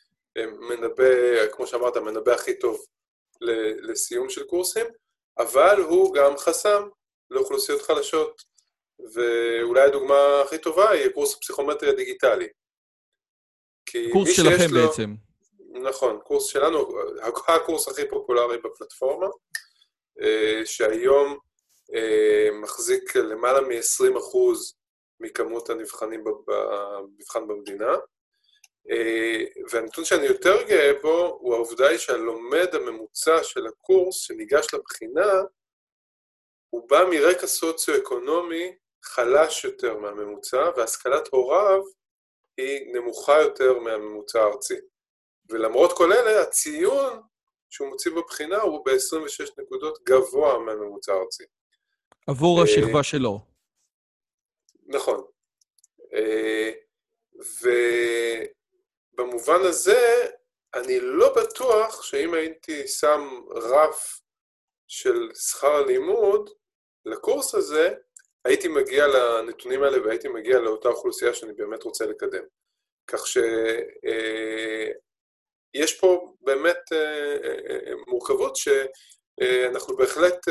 מנבא, כמו שאמרת, מנבא הכי טוב לסיום של קורסים, אבל הוא גם חסם לאוכלוסיות חלשות, ואולי הדוגמה הכי טובה היא קורס פסיכומטריה דיגיטלי. קורס שלכם בעצם. נכון, קורס שלנו, הקורס הכי פופולרי בפלטפורמה, שהיום מחזיק למעלה מ-20% מכמות הנבחנים במבחן במדינה, והנתון שאני יותר גאה בו הוא העובדה היא שהלומד הממוצע של הקורס שניגש לבחינה, הוא בא מרקע סוציו-אקונומי חלש יותר מהממוצע, והשכלת הוריו היא נמוכה יותר מהממוצע הארצי. ולמרות כל אלה, הציון שהוא מוציא בבחינה הוא ב-26 נקודות גבוה מהממוצע הארצי. עבור השכבה שלו. נכון. ובמובן הזה, אני לא בטוח שאם הייתי שם רף של שכר הלימוד לקורס הזה, הייתי מגיע לנתונים האלה והייתי מגיע לאותה אוכלוסייה שאני באמת רוצה לקדם. כך שיש פה באמת מורכבות שאנחנו בהחלט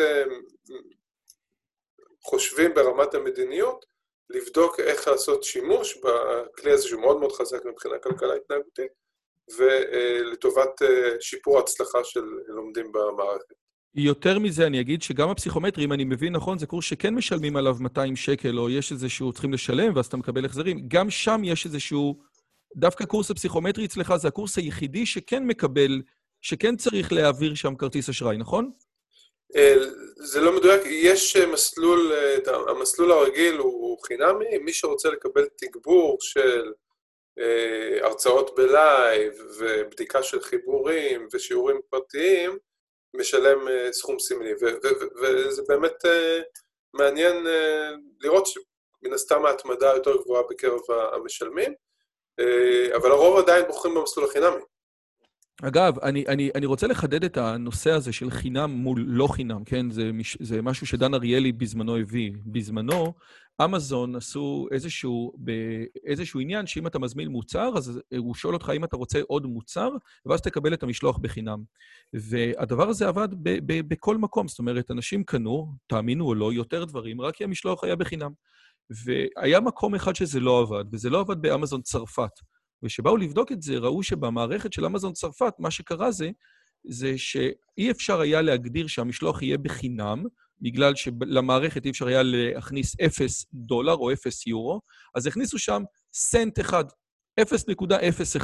חושבים ברמת המדיניות, לבדוק איך לעשות שימוש בכלי הזה שהוא מאוד מאוד חזק מבחינה כלכלה התנהגותית, ולטובת שיפור ההצלחה של לומדים במערכת. יותר מזה, אני אגיד שגם הפסיכומטרי, אם אני מבין נכון, זה קורס שכן משלמים עליו 200 שקל, או יש איזשהו צריכים לשלם, ואז אתה מקבל החזרים. גם שם יש איזשהו, דווקא קורס הפסיכומטרי אצלך, זה הקורס היחידי שכן מקבל, שכן צריך להעביר שם כרטיס אשראי, נכון? זה לא מדויק, יש מסלול, המסלול הרגיל הוא חינמי, מי שרוצה לקבל תגבור של הרצאות בלייב ובדיקה של חיבורים ושיעורים פרטיים, משלם סכום סמלי, וזה באמת מעניין לראות שמן הסתם ההתמדה יותר גבוהה בקרב המשלמים, אבל הרוב עדיין בוחרים במסלול החינמי. אגב, אני רוצה לחדד את הנושא הזה של חינם מול לא חינם, כן? זה משהו שדן אריאלי בזמנו הביא. בזמנו, אמזון עשו איזשהו עניין שאם אתה מזמין מוצר, אז הוא שואל אותך אם אתה רוצה עוד מוצר, ואז תקבל את המשלוח בחינם. והדבר הזה עבד בכל מקום, זאת אומרת, אנשים קנו, תאמינו או לא, יותר דברים, רק כי המשלוח היה בחינם. והיה מקום אחד שזה לא עבד, וזה לא עבד באמזון צרפת. ושבאו לבדוק את זה, ראו שבמערכת של אמזון צרפת, מה שקרה זה שאי אפשר היה להגדיר שהמשלוח יהיה בחינם, בגלל שלמערכת אי אפשר היה להכניס $0 או 0 יורו, אז הכניסו שם סנט אחד, 0.01.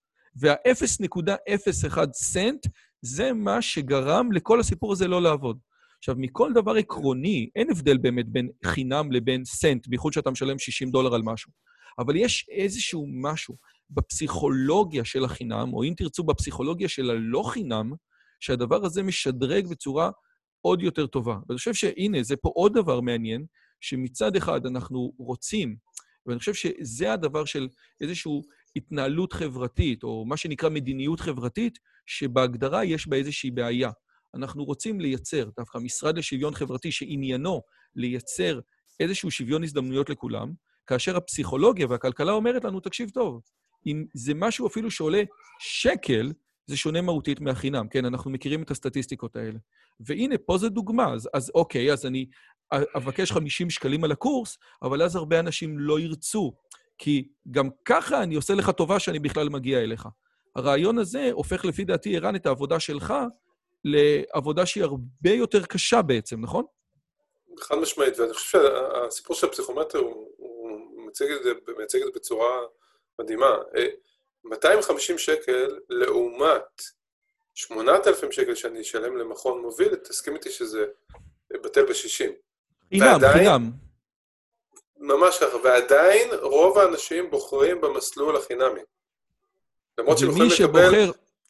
וה-0.01 סנט זה מה שגרם לכל הסיפור הזה לא לעבוד. עכשיו, מכל דבר עקרוני, אין הבדל באמת בין חינם לבין סנט, בייחוד שאתה משלם $60 על משהו. אבל יש איזשהו משהו בפסיכולוגיה של החינם, או אם תרצו בפסיכולוגיה של הלא חינם, שהדבר הזה משדרג בצורה עוד יותר טובה. ואני חושב שהנה, זה פה עוד דבר מעניין, שמצד אחד אנחנו רוצים, ואני חושב שזה הדבר של איזושהי התנהלות חברתית, או מה שנקרא מדיניות חברתית, שבהגדרה יש בה איזושהי בעיה. אנחנו רוצים לייצר, דווקא משרד לשוויון חברתי שעניינו לייצר איזשהו שוויון הזדמנויות לכולם, כאשר הפסיכולוגיה והכלכלה אומרת לנו, תקשיב טוב, אם זה משהו אפילו שעולה שקל, זה שונה מהותית מהחינם, כן? אנחנו מכירים את הסטטיסטיקות האלה. והנה, פה זה דוגמה, אז אוקיי, אז אני אבקש 50 שקלים על הקורס, אבל אז הרבה אנשים לא ירצו, כי גם ככה אני עושה לך טובה שאני בכלל מגיע אליך. הרעיון הזה הופך לפי דעתי, ערן, את העבודה שלך, לעבודה שהיא הרבה יותר קשה בעצם, נכון? חד משמעית, ואני חושב שהסיפור של הפסיכומטר הוא מציג את זה בצורה מדהימה. 250 שקל לעומת 8,000 שקל שאני אשלם למכון מוביל, תסכים איתי שזה בטל ב-60. חינם. ממש ככה, ועדיין רוב האנשים בוחרים במסלול החינמי. למרות שהם יכולים לקבל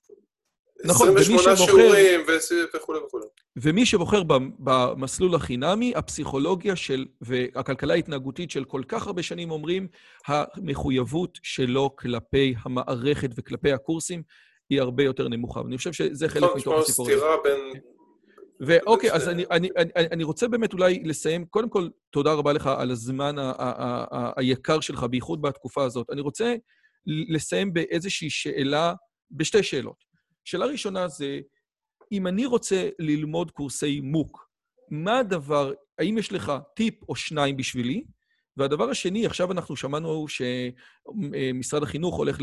28 שיעורים וכו' וכו'. ומי שבוחר במסלול החינמי, הפסיכולוגיה והכלכלה ההתנהגותית של כל כך הרבה שנים אומרים, המחויבות שלו כלפי המערכת וכלפי הקורסים היא הרבה יותר נמוכה. ואני חושב שזה חלק מתוך הסיפור הזה. סתירה בין... ואוקיי, אז אני רוצה באמת אולי לסיים. קודם כל, תודה רבה לך על הזמן היקר שלך, בייחוד בתקופה הזאת. אני רוצה לסיים באיזושהי שאלה, בשתי שאלות. שאלה ראשונה זה, אם אני רוצה ללמוד קורסי מוק, מה הדבר, האם יש לך טיפ או שניים בשבילי? והדבר השני, עכשיו אנחנו שמענו שמשרד החינוך הולך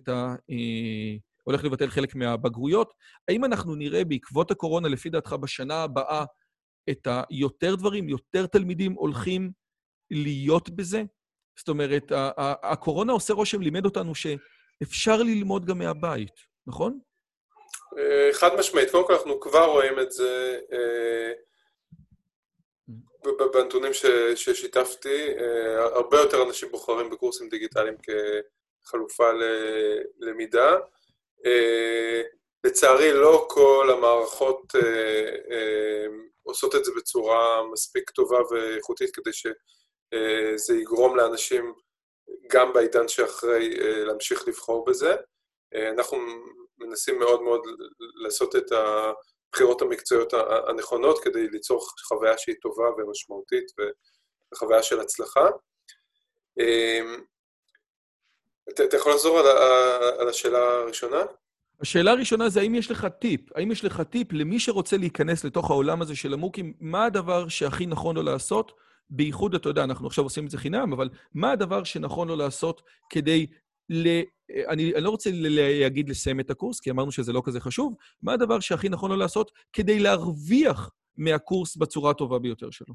לבטל חלק מהבגרויות. האם אנחנו נראה בעקבות הקורונה, לפי דעתך, בשנה הבאה, את היותר דברים, יותר תלמידים הולכים להיות בזה? זאת אומרת, הקורונה עושה רושם, לימד אותנו שאפשר ללמוד גם מהבית, נכון? חד משמעית, קודם כל אנחנו כבר רואים את זה בנתונים ששיתפתי, הרבה יותר אנשים בוחרים בקורסים דיגיטליים כחלופה ללמידה. לצערי לא כל המערכות עושות את זה בצורה מספיק טובה ואיכותית כדי שזה יגרום לאנשים גם בעידן שאחרי להמשיך לבחור בזה. אנחנו מנסים מאוד מאוד לעשות את הבחירות המקצועיות הנכונות כדי ליצור חוויה שהיא טובה ומשמעותית וחוויה של הצלחה. אתה יכול לחזור על השאלה הראשונה? השאלה הראשונה זה האם יש לך טיפ? האם יש לך טיפ למי שרוצה להיכנס לתוך העולם הזה של המוקים? מה הדבר שהכי נכון לו לעשות? בייחוד, אתה יודע, אנחנו עכשיו עושים את זה חינם, אבל מה הדבר שנכון לו לעשות כדי אני לא רוצה להגיד לסיים את הקורס, כי אמרנו שזה לא כזה חשוב. מה הדבר שהכי נכון לו לעשות כדי להרוויח מהקורס בצורה הטובה ביותר שלו?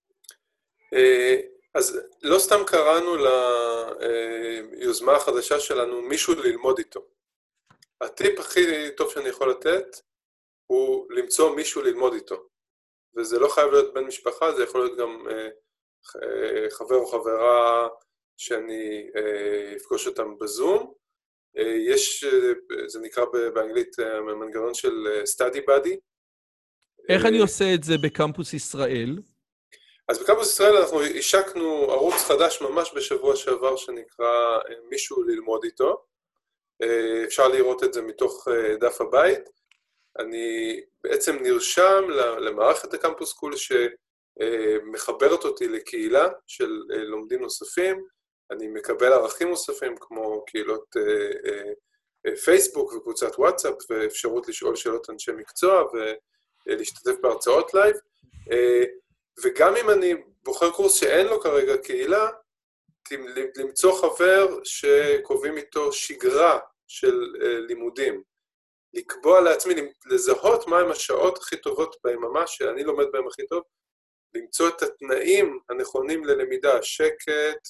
אז לא סתם קראנו ליוזמה החדשה שלנו מישהו ללמוד איתו. הטיפ הכי טוב שאני יכול לתת הוא למצוא מישהו ללמוד איתו. וזה לא חייב להיות בן משפחה, זה יכול להיות גם חבר או חברה שאני אפגוש אותם בזום. יש, זה נקרא באנגלית מנגנון של study buddy. איך אני עושה את זה בקמפוס ישראל? אז בקמפוס ישראל אנחנו השקנו ערוץ חדש ממש בשבוע שעבר שנקרא מישהו ללמוד איתו. אפשר לראות את זה מתוך דף הבית. אני בעצם נרשם למערכת הקמפוס סקול שמחברת אותי לקהילה של לומדים נוספים. אני מקבל ערכים נוספים כמו קהילות פייסבוק וקבוצת וואטסאפ ואפשרות לשאול שאלות אנשי מקצוע ולהשתתף בהרצאות לייב. וגם אם אני בוחר קורס שאין לו כרגע קהילה, למצוא חבר שקובעים איתו שגרה של לימודים. לקבוע לעצמי, לזהות מהם השעות הכי טובות ביממה, שאני לומד בהם הכי טוב, למצוא את התנאים הנכונים ללמידה, שקט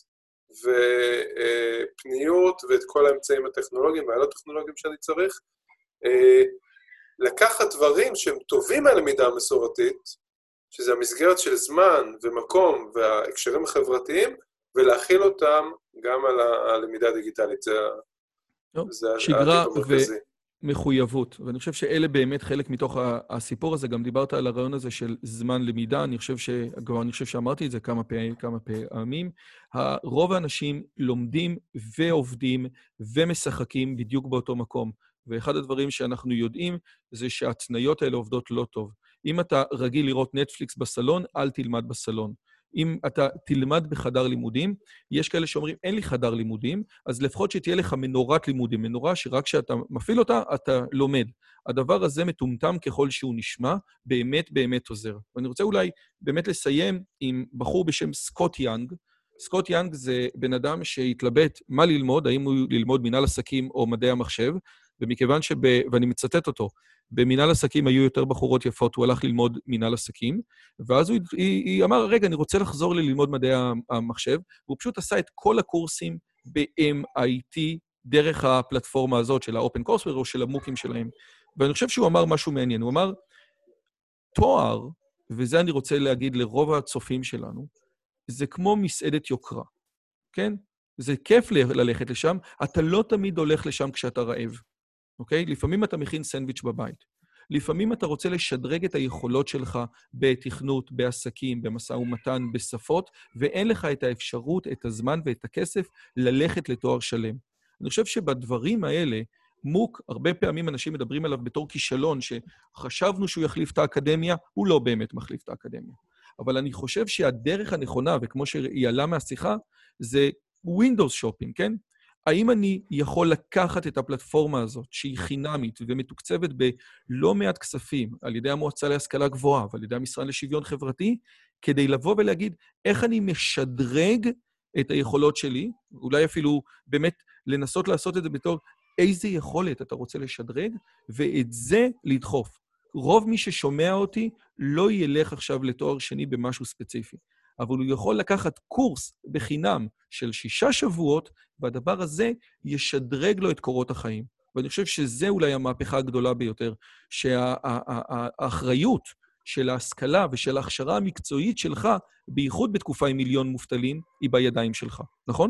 ופניות ואת כל האמצעים הטכנולוגיים והלא טכנולוגיים שאני צריך, לקחת דברים שהם טובים מהלמידה המסורתית, שזה המסגרת של זמן ומקום וההקשרים החברתיים, ולהכיל אותם גם על הלמידה הדיגיטלית. זה שגרה ומחויבות. ואני חושב שאלה באמת חלק מתוך הסיפור הזה. גם דיברת על הרעיון הזה של זמן למידה. אני חושב שאמרתי את זה כמה פעמים. רוב האנשים לומדים ועובדים ומשחקים בדיוק באותו מקום. ואחד הדברים שאנחנו יודעים זה שההתניות האלה עובדות לא טוב. אם אתה רגיל לראות נטפליקס בסלון, אל תלמד בסלון. אם אתה תלמד בחדר לימודים, יש כאלה שאומרים, אין לי חדר לימודים, אז לפחות שתהיה לך מנורת לימודים, מנורה שרק כשאתה מפעיל אותה, אתה לומד. הדבר הזה מטומטם ככל שהוא נשמע, באמת באמת עוזר. ואני רוצה אולי באמת לסיים עם בחור בשם סקוט יאנג. סקוט יאנג זה בן אדם שהתלבט מה ללמוד, האם הוא ללמוד מנהל עסקים או מדעי המחשב, ומכיוון ואני מצטט אותו, במנהל עסקים היו יותר בחורות יפות, הוא הלך ללמוד מנהל עסקים, ואז היא אמר, רגע, אני רוצה לחזור ללמוד מדעי המחשב, והוא פשוט עשה את כל הקורסים ב-MIT, דרך הפלטפורמה הזאת של ה-Open Courseware או של המוקים שלהם. ואני חושב שהוא אמר משהו מעניין, הוא אמר, תואר, וזה אני רוצה להגיד לרוב הצופים שלנו, זה כמו מסעדת יוקרה, כן? זה כיף ללכת לשם, אתה לא תמיד הולך לשם כשאתה רעב. אוקיי? לפעמים אתה מכין סנדוויץ' בבית. לפעמים אתה רוצה לשדרג את היכולות שלך בתכנות, בעסקים, במשא ומתן, בשפות, ואין לך את האפשרות, את הזמן ואת הכסף ללכת לתואר שלם. אני חושב שבדברים האלה, מוק, הרבה פעמים אנשים מדברים עליו בתור כישלון, שחשבנו שהוא יחליף את האקדמיה, הוא לא באמת מחליף את האקדמיה. אבל אני חושב שהדרך הנכונה, וכמו שהיא עלה מהשיחה, זה Windows Shopping, כן? האם אני יכול לקחת את הפלטפורמה הזאת, שהיא חינמית ומתוקצבת בלא מעט כספים, על ידי המועצה להשכלה גבוהה ועל ידי המשרד לשוויון חברתי, כדי לבוא ולהגיד איך אני משדרג את היכולות שלי, אולי אפילו באמת לנסות לעשות את זה בתור איזה יכולת אתה רוצה לשדרג, ואת זה לדחוף. רוב מי ששומע אותי לא ילך עכשיו לתואר שני במשהו ספציפי. אבל הוא יכול לקחת קורס בחינם של 6 שבועות, והדבר הזה ישדרג לו את קורות החיים. ואני חושב שזה אולי המהפכה הגדולה ביותר, שהאחריות של ההשכלה ושל ההכשרה המקצועית שלך, בייחוד בתקופה עם מיליון מובטלים, היא בידיים שלך, נכון?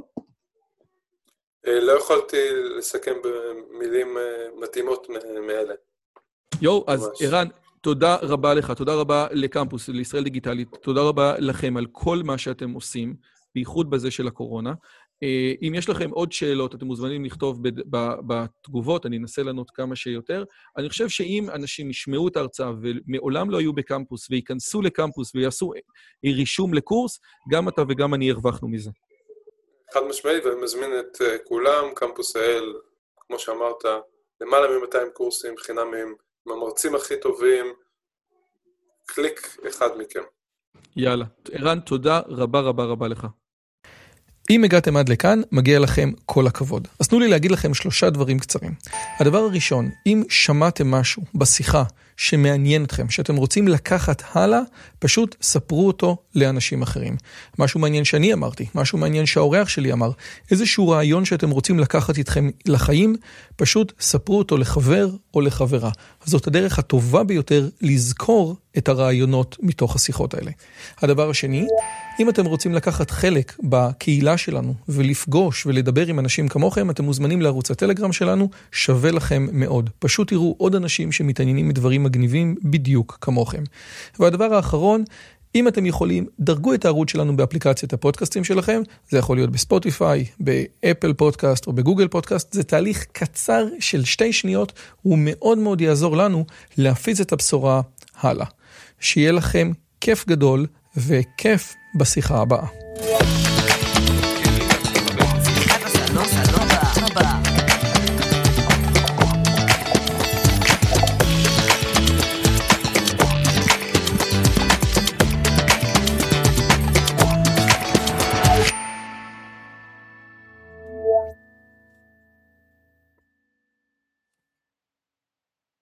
לא יכולתי לסכם במילים מתאימות מאלה. אז ערן, תודה רבה לך, תודה רבה לקמפוס, לישראל דיגיטלית, תודה רבה לכם על כל מה שאתם עושים, בייחוד בזה של הקורונה. אם יש לכם עוד שאלות, אתם מוזמנים לכתוב בתגובות, אני אנסה לענות כמה שיותר. אני חושב שאם אנשים ישמעו את ההרצאה ומעולם לא היו בקמפוס, וייכנסו לקמפוס ויעשו רישום לקורס, גם אתה וגם אני הרווחנו מזה. חד משמעי, ואני מזמין את כולם, קמפוס האל, כמו שאמרת, למעלה מ-200 קורסים חינמיים, עם המרצים הכי טובים, קליק אחד מכם. יאללה. ערן, תודה רבה רבה רבה לך. אם הגעתם עד לכאן, מגיע לכם כל הכבוד. אז תנו לי להגיד לכם 3 דברים קצרים. הדבר הראשון, אם שמעתם משהו בשיחה שמעניין אתכם, שאתם רוצים לקחת הלאה, פשוט ספרו אותו לאנשים אחרים. משהו מעניין שאני אמרתי, משהו מעניין שהאורח שלי אמר, איזשהו רעיון שאתם רוצים לקחת איתכם לחיים, פשוט ספרו אותו לחבר או לחברה. אז זאת הדרך הטובה ביותר לזכור את הרעיונות מתוך השיחות האלה. הדבר השני, אם אתם רוצים לקחת חלק בקהילה שלנו ולפגוש ולדבר עם אנשים כמוכם, אתם מוזמנים לערוץ הטלגרם שלנו, שווה לכם מאוד. פשוט תראו עוד אנשים שמתעניינים מדברים מגניבים בדיוק כמוכם. והדבר האחרון, אם אתם יכולים, דרגו את הערוץ שלנו באפליקציית הפודקאסטים שלכם, זה יכול להיות בספוטיפיי, באפל פודקאסט או בגוגל פודקאסט, זה תהליך קצר של 2 שניות, הוא מאוד מאוד יעזור לנו להפיץ את הבשורה הלאה. שיהיה לכם כיף גדול וכיף בשיחה הבאה.